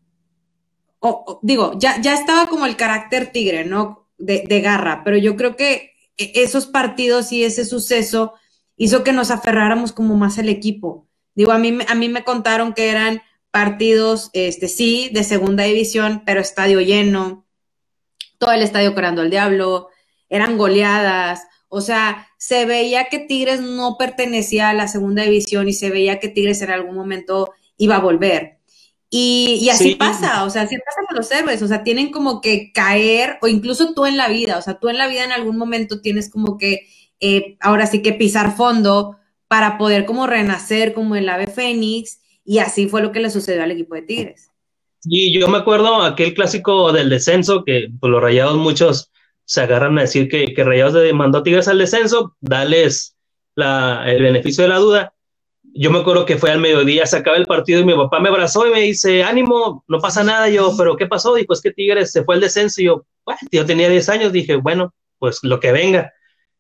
o, o, digo, ya, ya estaba como el carácter tigre, ¿no? De, de garra, pero yo creo que e- esos partidos y ese suceso hizo que nos aferráramos como más al equipo. Digo, a mí, me- a mí me contaron que eran partidos, este, sí, de segunda división, pero estadio lleno, todo el estadio corando al diablo, eran goleadas, o sea, se veía que Tigres no pertenecía a la segunda división y se veía que Tigres en algún momento iba a volver. Y, y así Sí, pasa, o sea, así pasa con los héroes, o sea, tienen como que caer, o incluso tú en la vida, o sea, tú en la vida en algún momento tienes como que, eh, ahora sí que pisar fondo para poder como renacer como el ave fénix, y así fue lo que le sucedió al equipo de Tigres. y yo me acuerdo aquel clásico del descenso que pues, los Rayados muchos se agarran a decir que, que Rayados de- mandó a Tigres al descenso, dales la, el beneficio de la duda. Yo me acuerdo que fue al mediodía, se acaba el partido y mi papá me abrazó y me dice, ánimo, no pasa nada. Yo, pero ¿qué pasó? Dijo, es que Tigres se fue al descenso. Y yo, bueno, yo tenía diez años, dije, bueno, pues lo que venga.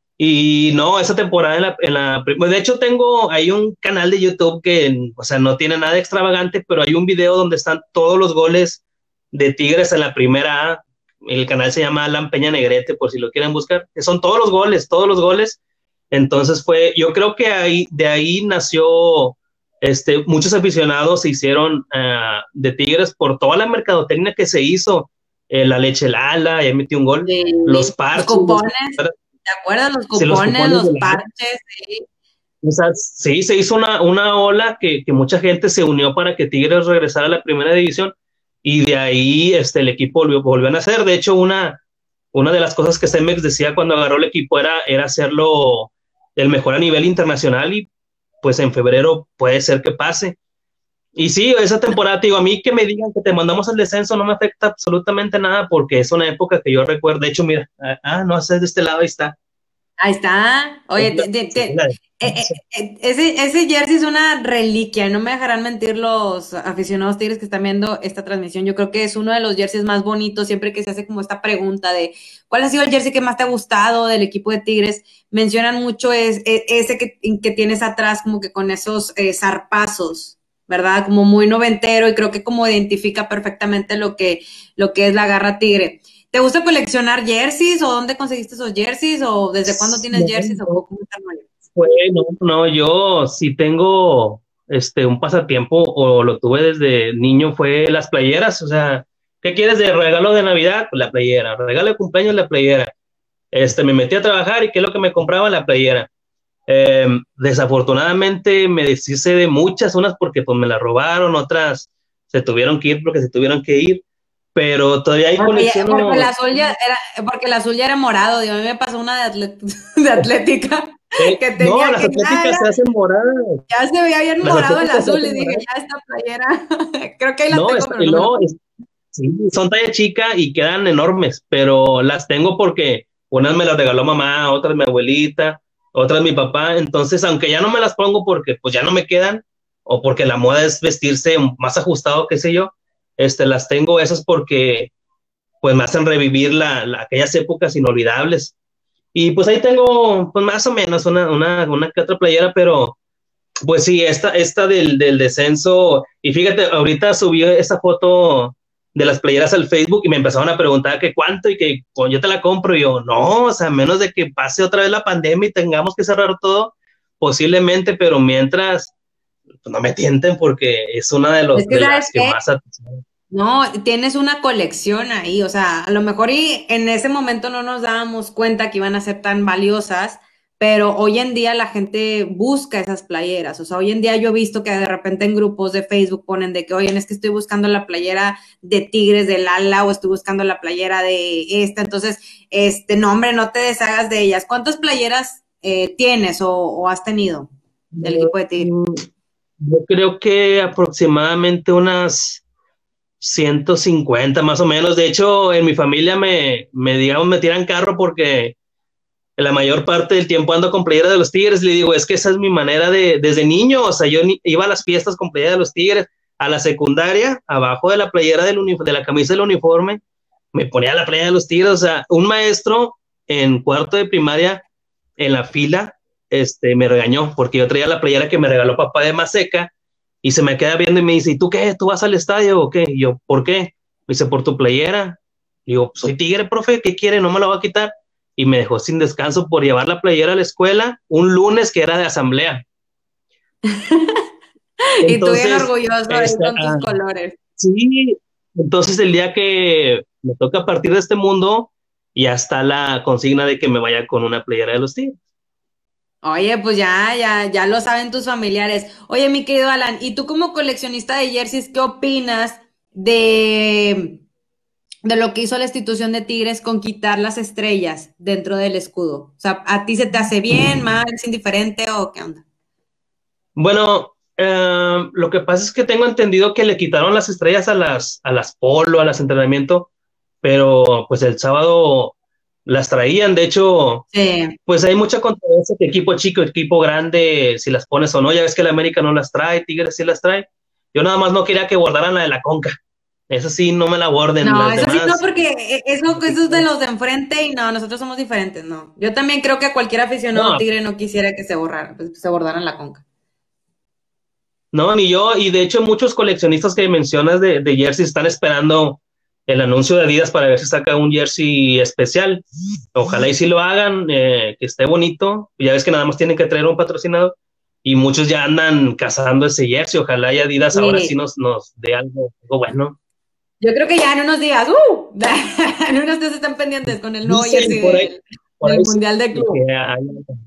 Y no, esa temporada en la, en la, de hecho tengo ahí un canal de YouTube que, o sea, no tiene nada extravagante, pero hay un video donde están todos los goles de Tigres en la primera A. El canal se llama Alan Peña Negrete, por si lo quieren buscar, que son todos los goles, todos los goles. Entonces fue, yo creo que ahí, de ahí nació, este, muchos aficionados se hicieron uh, de Tigres por toda la mercadotecnia que se hizo, eh, la leche Lala, ya metió un gol, De los los parches, cupones, ¿te acuerdas? Los sí, los cupones, cupones los de la... parches, sí. O sea, sí, se hizo una, una ola que, que mucha gente se unió para que Tigres regresara a la primera división y de ahí este, el equipo volvió, volvió a nacer. De hecho, una, una de las cosas que Cemex decía cuando agarró el equipo era, era hacerlo el mejor a nivel internacional y pues en febrero puede ser que pase. Y sí, esa temporada, te digo, a mí que me digan que te mandamos al descenso no me afecta absolutamente nada porque es una época que yo recuerdo. De hecho, mira, ah, ah, no sé, de este lado ahí está. Ahí está. Oye, te- te- Sí, te- la eh, eh, eh, ese, ese jersey es una reliquia. No me dejarán mentir los aficionados tigres que están viendo esta transmisión. Yo creo que es uno de los jerseys más bonitos. Siempre que se hace como esta pregunta de cuál ha sido el jersey que más te ha gustado del equipo de Tigres, mencionan mucho es, es- ese que, que tienes atrás, como que con esos eh, zarpazos, ¿verdad? Como muy noventero y creo que como identifica perfectamente lo que, lo que es la garra tigre. ¿Te gusta coleccionar jerseys o dónde conseguiste esos jerseys o desde cuándo tienes no, jerseys o no, cómo está el rollo? fue, no, no, yo sí tengo este un pasatiempo o lo tuve desde niño fue las playeras, o sea, ¿qué quieres de regalo de Navidad? Pues la playera, regalo de cumpleaños la playera. Este, me metí a trabajar y ¿qué es lo que me compraba? La playera. Eh, desafortunadamente me deshice de muchas, unas porque pues me las robaron, otras se tuvieron que ir porque se tuvieron que ir, pero todavía hay Porque, ya- porque el colecciono. azul ya era, porque el azul ya era morado, digo, a mí me pasó una de, atlet- de atlética Eh, que no, tenía las que ya, atléticas era- se hacen moradas, ya se veía bien las morado el atléticas se azul y hacen dije, moradas. ya esta playera, creo que ahí las No, tengo, está, pero y no me lo luego pongo. sí, son talla chica y quedan enormes, pero las tengo porque unas me las regaló mamá, otras mi abuelita, otras mi papá, entonces aunque ya no me las pongo porque pues ya no me quedan o porque la moda es vestirse más ajustado, qué sé yo, este, las tengo esas porque pues me hacen revivir la, la- aquellas épocas inolvidables. Y pues ahí tengo pues más o menos una, una, una que otra playera, pero pues sí, esta, esta del, del descenso, y fíjate, ahorita subí esa foto de las playeras al Facebook y me empezaron a preguntar que cuánto y que pues, yo te la compro y yo, no, o sea, menos de que pase otra vez la pandemia y tengamos que cerrar todo, posiblemente, pero mientras, pues, no me tienten porque es una de, Es los, que, de ¿sabes las que qué? más atención. No, tienes una colección ahí, o sea, a lo mejor y en ese momento no nos dábamos cuenta que iban a ser tan valiosas, pero hoy en día la gente busca esas playeras, o sea, hoy en día yo he visto que de repente en grupos de Facebook ponen de que, oye, es que estoy buscando la playera de Tigres del Ala o estoy buscando la playera de esta, entonces, este, no, hombre, no te deshagas de ellas. ¿Cuántas playeras eh, tienes o, o has tenido del equipo de Tigres? Yo creo que aproximadamente unas ciento cincuenta más o menos. De hecho, en mi familia me, me digamos, me tiran carro porque la mayor parte del tiempo ando con playera de los Tigres. Le digo, es que esa es mi manera de, desde niño, o sea, yo ni, iba a las fiestas con playera de los Tigres, a la secundaria, abajo de la playera del uni, de la camisa del uniforme, me ponía la playera de los Tigres. O sea, un maestro en cuarto de primaria, en la fila, este, me regañó porque yo traía la playera que me regaló papá de Maseca y se me queda viendo y me dice, ¿y tú qué? ¿Tú vas al estadio o qué? Y yo, ¿por qué? Me dice, por tu playera. Y yo, soy Tigre, profe, ¿qué quiere? No me la va a quitar. Y me dejó sin descanso por llevar la playera a la escuela un lunes que era de asamblea. Y tú bien Entonces, orgulloso ahí este, con tus ah, colores. sí, entonces el día que me toca partir de este mundo, ya está la consigna de que me vaya con una playera de los Tigres. Oye, pues ya, ya, ya lo saben tus familiares. Oye, mi querido Alan, ¿y tú como coleccionista de jerseys, qué opinas de, de lo que hizo la institución de Tigres con quitar las estrellas dentro del escudo? O sea, ¿a ti se te hace bien, mal, es indiferente o qué onda? Bueno, eh, lo que pasa es que tengo entendido que le quitaron las estrellas a las, a las polo, a las entrenamiento, pero pues el sábado las traían. De hecho, Sí. pues hay mucha controversia de equipo chico, equipo grande, si las pones o no. Ya ves que el América no las trae, Tigres sí las trae. Yo nada más no quería que guardaran la de la Conca. Esa sí, no me la guarden, No, las eso sí no, demás. porque e- eso, eso es de los de enfrente y no, nosotros somos diferentes, no. Yo también creo que cualquier aficionado No, tigre no quisiera que se borrara, pues, se borraran la conca. no, ni yo. Y de hecho, muchos coleccionistas que mencionas de, de jerseys están esperando el anuncio de Adidas para ver si saca un jersey especial. Ojalá y si lo hagan, eh, que esté bonito. Ya ves que nada más tienen que traer un patrocinador y muchos ya andan cazando ese jersey. Ojalá y Adidas ahora sí Sí. nos, nos dé algo, algo bueno. Yo creo que ya en unos días, ¡uh! En unos días están pendientes con el nuevo Dicen jersey por ahí, del, por del ahí sí, Mundial de Club. que hay-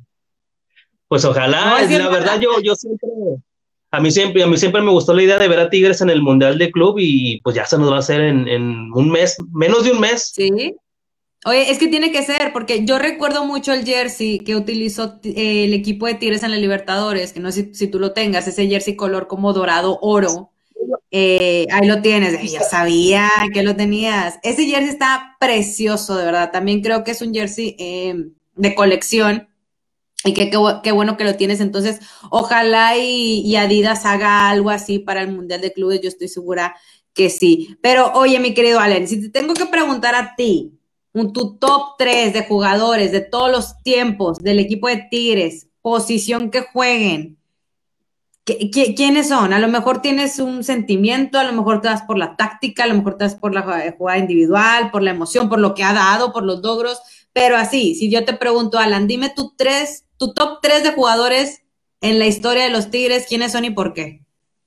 pues No, ojalá. sí es La verdad, verdad. yo, yo siempre, a mí siempre, a mí siempre me gustó la idea de ver a Tigres en el Mundial de Club y pues ya se nos va a hacer en, en un mes, menos de un mes. Sí. Oye, es que tiene que ser, porque yo recuerdo mucho el jersey que utilizó eh, el equipo de Tigres en la Libertadores, que no sé si, si tú lo tengas, ese jersey color como dorado oro. Eh, ahí lo tienes, eh, yo sabía que lo tenías. Ese jersey está precioso, de verdad. También creo que es un jersey eh, de colección y que qué bu- qué bueno que lo tienes. Entonces, ojalá y, y Adidas haga algo así para el Mundial de Clubes. Yo estoy segura que sí. Pero oye, mi querido Allen, si te tengo que preguntar a ti, un, tu top tres de jugadores de todos los tiempos del equipo de Tigres, posición que jueguen. ¿Qui- qui- ¿Quiénes son? A lo mejor tienes un sentimiento, a lo mejor te das por la táctica, a lo mejor te das por la jugada jugada individual, por la emoción, por lo que ha dado, por los logros, pero así, si yo te pregunto, Alan, dime tu tres, tu top tres de jugadores en la historia de los Tigres, ¿quiénes son y por qué?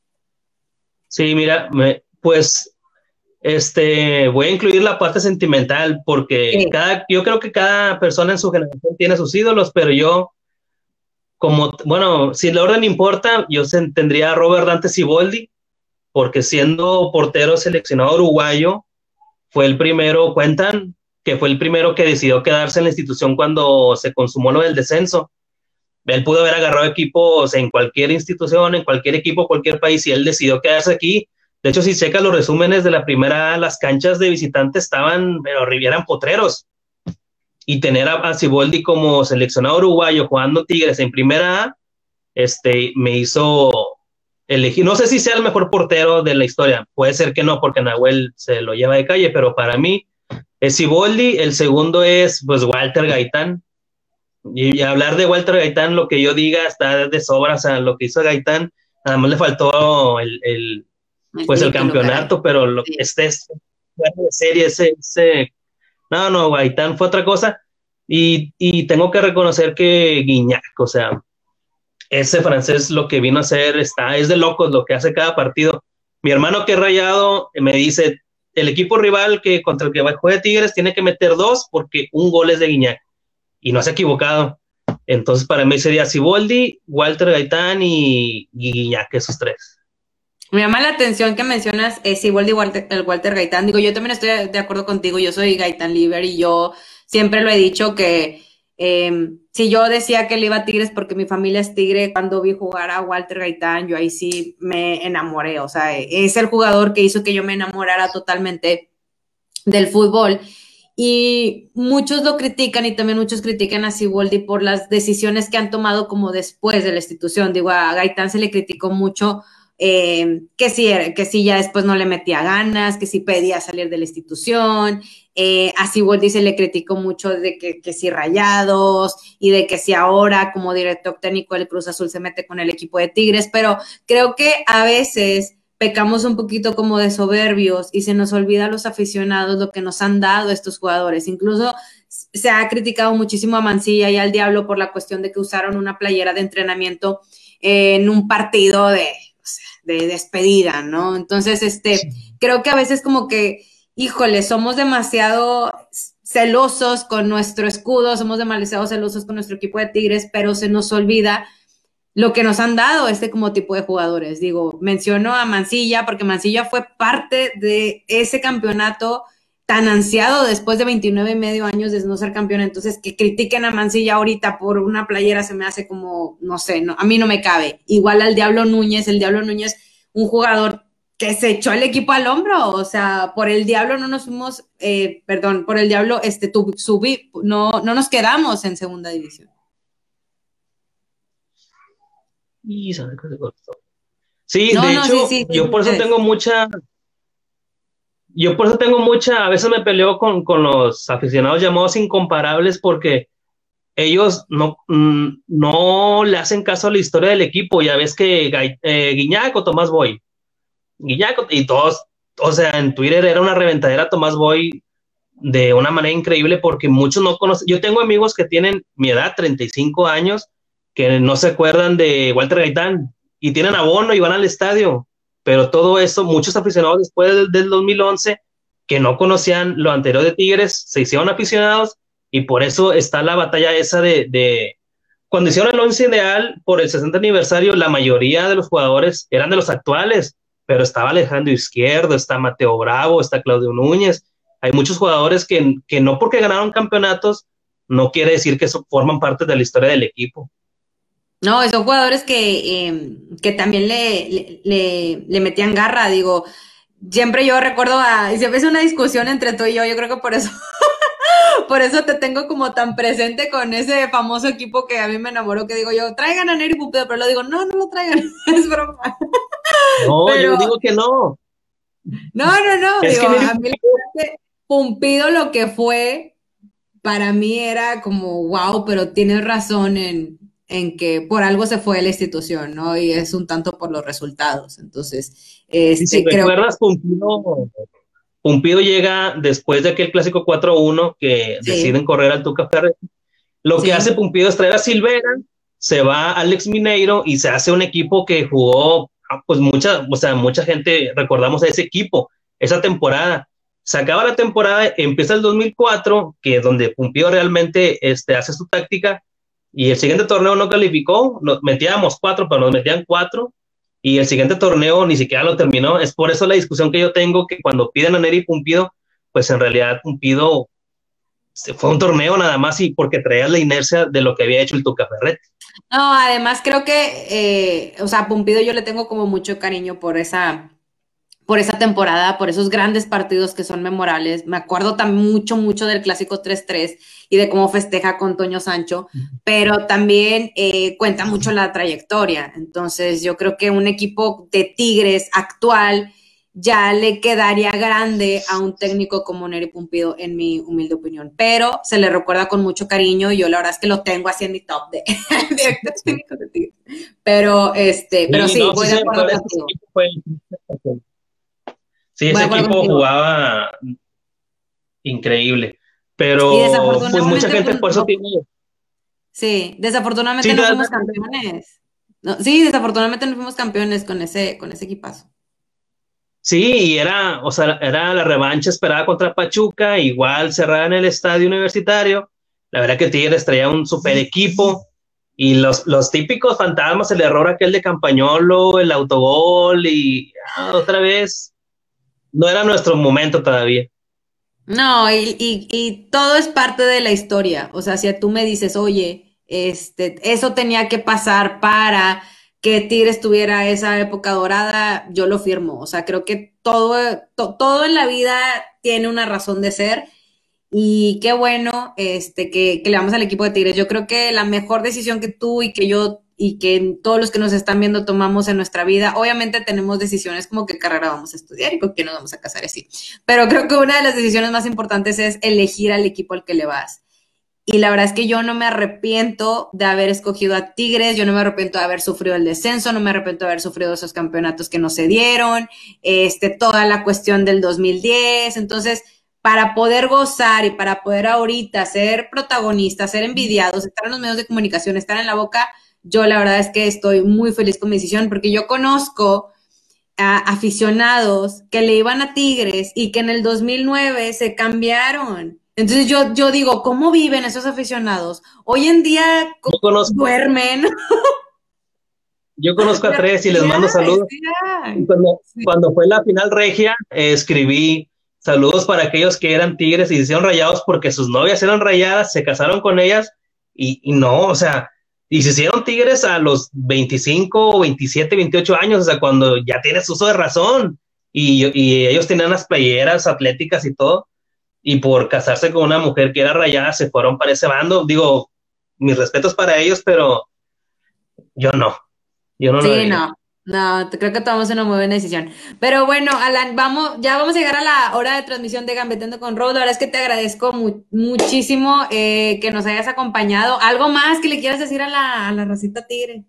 Sí, mira, me, pues este, voy a incluir la parte sentimental porque Sí. cada, yo creo que cada persona en su generación tiene sus ídolos, pero yo, como, bueno, si el orden importa, yo se- tendría a Robert Dante Siboldi, porque siendo portero seleccionado uruguayo, fue el primero, cuentan que fue el primero que decidió quedarse en la institución cuando se consumó lo del descenso. Él pudo haber agarrado equipos en cualquier institución, en cualquier equipo, cualquier país, y él decidió quedarse aquí. De hecho, si checas los resúmenes de la primera, las canchas de visitantes estaban, pero eran potreros. Y tener a, a Siboldi como seleccionado uruguayo jugando Tigres en primera A, este, me hizo elegir, no sé si sea el mejor portero de la historia, puede ser que no, porque Nahuel se lo lleva de calle, pero para mí es Siboldi, el segundo es pues Walter Gaitán, y, y hablar de Walter Gaitán, lo que yo diga está de sobra. O sea, lo que hizo Gaitán, nada más le faltó el, el El pues el título, caray. campeonato, pero lo, Sí. este es de serie, ese, ese, no, no, Gaitán fue otra cosa, y, y tengo que reconocer que Guiñac, o sea, ese francés lo que vino a hacer está, es de locos lo que hace cada partido. Mi hermano que es rayado me dice, el equipo rival que contra el que juega Tigres tiene que meter dos porque un gol es de Guiñac y no se ha equivocado. Entonces, para mí sería Siboldi, Walter Gaitán y, y Guiñac, esos tres. Me llama la atención que mencionas es igual de Walter, el Walter Gaitán. Digo, yo también estoy de acuerdo contigo, yo soy Gaitán Liver y yo siempre lo he dicho que Eh, si yo decía que le iba a Tigres porque mi familia es tigre, cuando vi jugar a Walter Gaitán, yo ahí sí me enamoré. O sea, es el jugador que hizo que yo me enamorara totalmente del fútbol. Y muchos lo critican y también muchos critican a Siboldi por las decisiones que han tomado como después de la institución. Digo, a Gaitán se le criticó mucho eh, que, sí, que sí ya después no le metía ganas, que sí pedía salir de la institución. Eh, a Siboldi se le criticó mucho de que, que sí Rayados y de que sí ahora como director técnico del Cruz Azul se mete con el equipo de Tigres, pero creo que a veces pecamos un poquito como de soberbios y se nos olvida a los aficionados lo que nos han dado estos jugadores. Incluso se ha criticado muchísimo a Mancilla y al Diablo por la cuestión de que usaron una playera de entrenamiento en un partido de, de despedida, ¿no? Entonces, este, sí. Creo que a veces como que, híjole, somos demasiado celosos con nuestro escudo, somos demasiado celosos con nuestro equipo de Tigres, pero se nos olvida lo que nos han dado este como tipo de jugadores. Digo, menciono a Mancilla porque Mancilla fue parte de ese campeonato tan ansiado después de veintinueve y medio años de no ser campeón. Entonces, que critiquen a Mancilla ahorita por una playera se me hace como, no sé, no, a mí no me cabe. Igual al Diablo Núñez, el Diablo Núñez, un jugador que se echó el equipo al hombro. O sea, por el Diablo no nos fuimos, eh, perdón, por el Diablo este, tu, subí, no, no nos quedamos en segunda división. Y sabe que se cortó. Sí, no, de no, hecho, sí, sí, yo sí, por eso ustedes. tengo mucha, yo por eso tengo mucha, a veces me peleo con, con los aficionados llamados incomparables porque ellos no, mm, no le hacen caso a la historia del equipo. Ya ves que eh, Guiñac o Tomás Boy, Guiñac y todos, o sea, en Twitter era una reventadera Tomás Boy de una manera increíble porque muchos no conocen. Yo tengo amigos que tienen mi edad, treinta y cinco años, que no se acuerdan de Walter Gaitán y tienen abono y van al estadio, pero todo eso, muchos aficionados después del, del dos mil once que no conocían lo anterior de Tigres, se hicieron aficionados y por eso está la batalla esa de, de cuando hicieron el once ideal por el sesenta aniversario, la mayoría de los jugadores eran de los actuales, pero estaba Alejandro Izquierdo, está Mateo Bravo, está Claudio Núñez. Hay muchos jugadores que, que no porque ganaron campeonatos, no quiere decir que eso forman parte de la historia del equipo. No, son jugadores que, eh, que también le, le, le, le metían garra, digo, siempre yo recuerdo a, y siempre es una discusión entre tú y yo, yo creo que por eso, por eso te tengo como tan presente con ese famoso equipo que a mí me enamoró, que digo yo, traigan a Neri Pumpido, pero lo digo, no, no lo traigan, es broma. No, pero, yo digo que no. No, no, no, Es digo, que Neri a mí Pumpido lo que fue, para mí era como, wow, pero tienes razón en en que por algo se fue de la institución, ¿no? Y es un tanto por los resultados. Entonces, este, si creo recuerdas, Pumpido, Pumpido llega después de aquel clásico cuatro uno que sí. deciden correr al Tuca Ferretti. Lo sí. que hace Pumpido es traer a Silvera, se va a Alex Mineiro y se hace un equipo que jugó, pues mucha, o sea, mucha gente recordamos a ese equipo, esa temporada. Se acaba la temporada, empieza el dos mil cuatro, que es donde Pumpido realmente este, hace su táctica, y el siguiente torneo no calificó, nos metíamos cuatro, pero nos metían cuatro, y el siguiente torneo ni siquiera lo terminó. Es por eso la discusión que yo tengo, que cuando piden a Neri Pumpido, pues en realidad Pumpido fue un torneo nada más y porque traía la inercia de lo que había hecho el Tuca Ferretti. No, además creo que, eh, o sea, Pumpido yo le tengo como mucho cariño por esa, por esa temporada, por esos grandes partidos que son memorables. Me acuerdo también mucho, mucho del clásico tres tres y de cómo festeja con Toño Sancho, pero también eh, cuenta mucho la trayectoria. Entonces yo creo que un equipo de Tigres actual ya le quedaría grande a un técnico como Neri Pumpido, en mi humilde opinión, pero se le recuerda con mucho cariño y yo la verdad es que lo tengo así en mi top de directores técnicos de Tigres. Pero, este, pero sí, sí, no, voy sí, de acuerdo sí, contigo. Fue... Sí, ese equipo contigo. Jugaba increíble, pero pues mucha gente por, por eso tiene... Sí, desafortunadamente sí, no fuimos campeones. No, sí, desafortunadamente no fuimos campeones con ese, con ese equipazo. Sí, y era, o sea, era la revancha esperada contra Pachuca, igual cerrada en el estadio universitario. La verdad que Tigres traía un super equipo y los, los típicos fantasmas, el error aquel de Campañolo, el autogol y ah, otra vez... No era nuestro momento todavía. No, y, y, y todo es parte de la historia. O sea, si tú me dices, oye, este, eso tenía que pasar para que Tigres tuviera esa época dorada, yo lo firmo. O sea, creo que todo, to- todo en la vida tiene una razón de ser. Y qué bueno este, que, que le vamos al equipo de Tigres. Yo creo que la mejor decisión que tú y que yo y que todos los que nos están viendo tomamos en nuestra vida, obviamente tenemos decisiones como qué carrera vamos a estudiar y con quién nos vamos a casar y así. Pero creo que una de las decisiones más importantes es elegir al equipo al que le vas. Y la verdad es que yo no me arrepiento de haber escogido a Tigres, yo no me arrepiento de haber sufrido el descenso, no me arrepiento de haber sufrido esos campeonatos que no se dieron, este, toda la cuestión del dos mil diez. Entonces, para poder gozar y para poder ahorita ser protagonistas, ser envidiados, estar en los medios de comunicación, estar en la boca, yo la verdad es que estoy muy feliz con mi decisión porque yo conozco a aficionados que le iban a Tigres y que en el dos mil nueve se cambiaron. Entonces yo, yo digo, ¿cómo viven esos aficionados? Hoy en día Yo conozco, duermen. yo conozco a tres y les mando saludos. Y cuando, Sí. cuando fue la final regia, eh, escribí saludos para aquellos que eran tigres y se hicieron rayados porque sus novias eran rayadas, se casaron con ellas y, y no, o sea, y se hicieron tigres a los veinticinco, veintisiete, veintiocho años, o sea, cuando ya tienes uso de razón. Y, y ellos tenían las playeras atléticas y todo, y por casarse con una mujer que era rayada se fueron para ese bando. Digo, mis respetos para ellos, pero yo no, yo no lo Sí, haría. no, no, te- creo que tomamos una muy buena decisión. Pero bueno, Alan, vamos, ya vamos a llegar a la hora de transmisión de Gambeteando con Rose. La verdad es que te agradezco mu- muchísimo eh, que nos hayas acompañado. ¿Algo más que le quieras decir a la, a la racita tigre?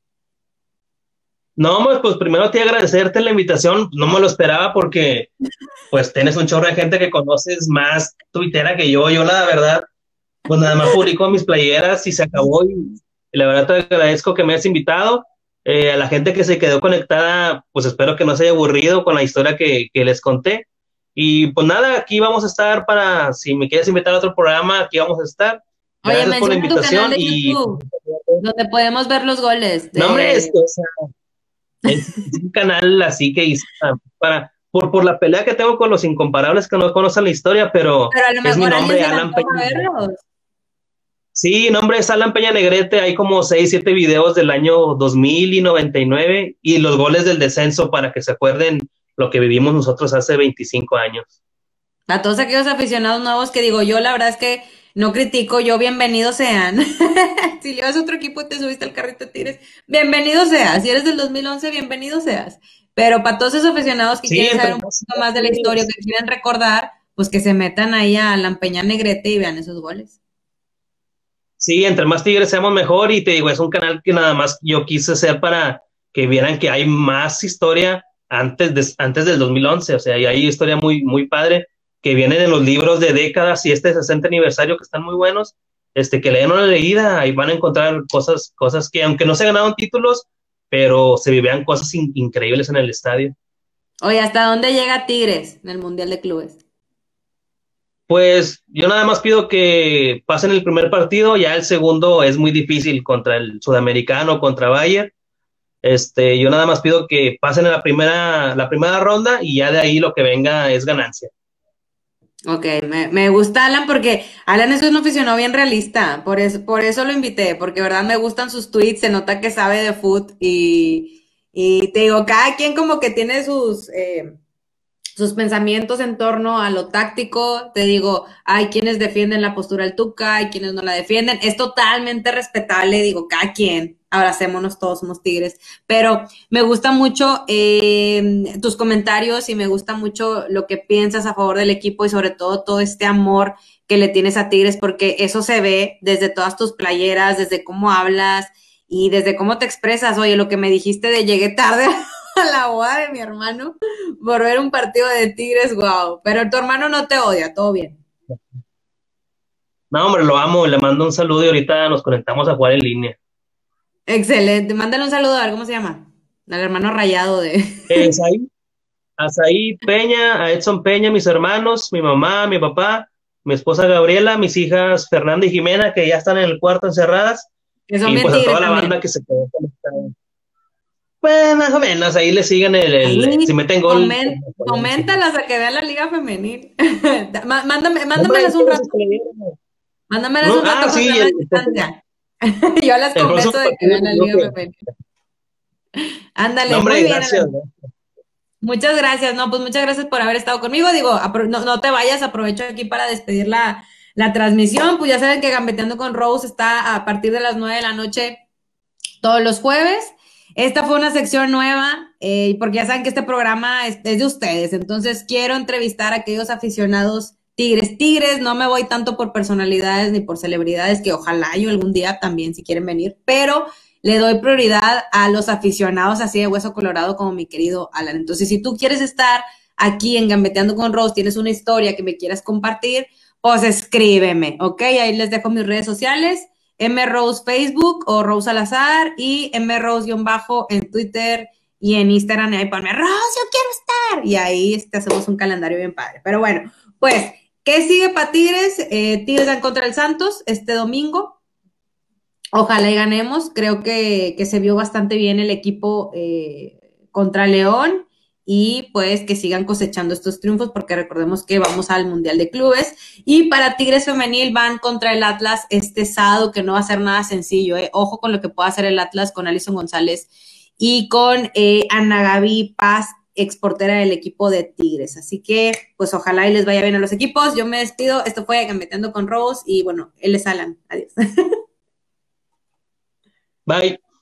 No, pues, pues primero te agradecerte la invitación, no me lo esperaba porque pues tienes un chorro de gente que conoces más tuitera que yo, yo la verdad, pues nada más publico mis playeras y se acabó y, y la verdad te agradezco que me hayas invitado. Eh, a la gente que se quedó conectada, pues espero que no se haya aburrido con la historia que, que les conté. Y pues nada, aquí vamos a estar para, si me quieres invitar a otro programa, aquí vamos a estar. Oye, Gracias por la menciona tu canal invitación de y YouTube, donde podemos ver los goles no, hombre, de... esto, o sea, es, es un canal así que hice ah, para, por, por la pelea que tengo con los incomparables que no conocen la historia, pero Pero a lo es mi mejor a alguien nombre, se le Alan Peña. antoja verlos. Sí, nombre es Alan Peña Negrete, hay como seis, siete videos del año dos mil y noventa y nueve y los goles del descenso para que se acuerden lo que vivimos nosotros hace veinticinco años. A todos aquellos aficionados nuevos que digo, yo la verdad es que no critico, yo bienvenidos sean. Si le vas a otro equipo y te subiste al carrito de Tigres, bienvenido seas. Si eres del dos mil once, bienvenido seas. Pero para todos esos aficionados que Sí, quieren entre saber un más, poquito más de la historia, que quieren recordar, pues que se metan ahí a Lampeña Negrete y vean esos goles. sí, entre más tigres seamos mejor y te digo, es un canal que nada más yo quise hacer para que vieran que hay más historia antes, de, antes del dos mil once, o sea, y hay historia muy, muy padre que vienen en los libros de décadas y este sesenta aniversario que están muy buenos, este, que leen una leída y van a encontrar cosas, cosas que aunque no se ganaron títulos, pero se vivían cosas in, increíbles en el estadio. Oye, ¿hasta dónde llega Tigres en el Mundial de Clubes? Pues yo nada más pido que pasen el primer partido, ya el segundo es muy difícil contra el sudamericano, contra Bayern. Este, yo nada más pido que pasen a la primera, la primera ronda y ya de ahí lo que venga es ganancia. Ok, me, me gusta Alan porque Alan es un aficionado bien realista, por eso, por eso lo invité, porque verdad me gustan sus tweets, se nota que sabe de foot y, y te digo, cada quien como que tiene sus, eh, sus pensamientos en torno a lo táctico. Te digo, hay quienes defienden la postura del Tuca, hay quienes no la defienden. Es totalmente respetable, digo, cada quien. Abracémonos, todos somos tigres. Pero me gusta mucho eh, tus comentarios y me gusta mucho lo que piensas a favor del equipo y sobre todo todo este amor que le tienes a Tigres, porque eso se ve desde todas tus playeras, desde cómo hablas y desde cómo te expresas. Oye, lo que me dijiste de llegué tarde a la boda de mi hermano por ver un partido de Tigres, wow. Pero tu hermano no te odia, todo bien. No, hombre, lo amo, le mando un saludo y ahorita nos conectamos a jugar en línea. Excelente. Mándale un saludo, a ver cómo se llama. Al hermano rayado de. Es ahí, Azaí Peña, a Edson Peña, mis hermanos, mi mamá, mi papá, mi esposa Gabriela, mis hijas Fernanda y Jimena, que ya están en el cuarto encerradas, Que son y bien pues a tigre toda la banda también. que se quedó conectada. Pues más o menos, ahí le siguen el, el Ahí, si meten gol. comen, coméntalas a que vean la liga femenil. Má- Mándame, Hombre, mándamelas un rato, ¿no? mándamelas un Ah, rato, José, sí, a el, distancia. Yo las el próximo convenzo de que partido vean la creo liga que. femenil. No, Ándale, muy hombre, bien, gracias. Alan. ¿No? Muchas gracias, no, pues muchas gracias por haber estado conmigo. Digo, apro- no, no te vayas, aprovecho aquí para despedir la, la transmisión. Pues ya saben que Gambeteando con Rose está a partir de las nueve de la noche todos los jueves. Esta fue una sección nueva, eh, porque ya saben que este programa es, es de ustedes. Entonces quiero entrevistar a aquellos aficionados tigres. Tigres, no me voy tanto por personalidades ni por celebridades, que ojalá yo algún día también si quieren venir, pero le doy prioridad a los aficionados así de hueso colorado como mi querido Alan. Entonces, si tú quieres estar aquí en Gambeteando con Rose, tienes una historia que me quieras compartir, pues escríbeme, ¿ok? Ahí les dejo mis redes sociales, mrose Facebook o Rose Salazar, y mrose-bajo en Twitter y en Instagram. Y ahí ponme, Rose, yo quiero estar. Y ahí este, hacemos un calendario bien padre. Pero bueno, pues, ¿qué sigue para Tigres? Eh, Tigres van contra el Santos este domingo. Ojalá y ganemos. Creo que, que se vio bastante bien el equipo eh, contra León, y pues que sigan cosechando estos triunfos porque recordemos que vamos al Mundial de Clubes. Y para Tigres Femenil van contra el Atlas este sábado, que no va a ser nada sencillo. ¿eh? Ojo con lo que pueda hacer el Atlas con Alison González y con eh, Ana Gaby Paz, exportera del equipo de Tigres. Así que pues ojalá y les vaya bien a los equipos. Yo me despido. Esto fue Gambeteando con Rose y bueno, él es Alan. Adiós. Bye.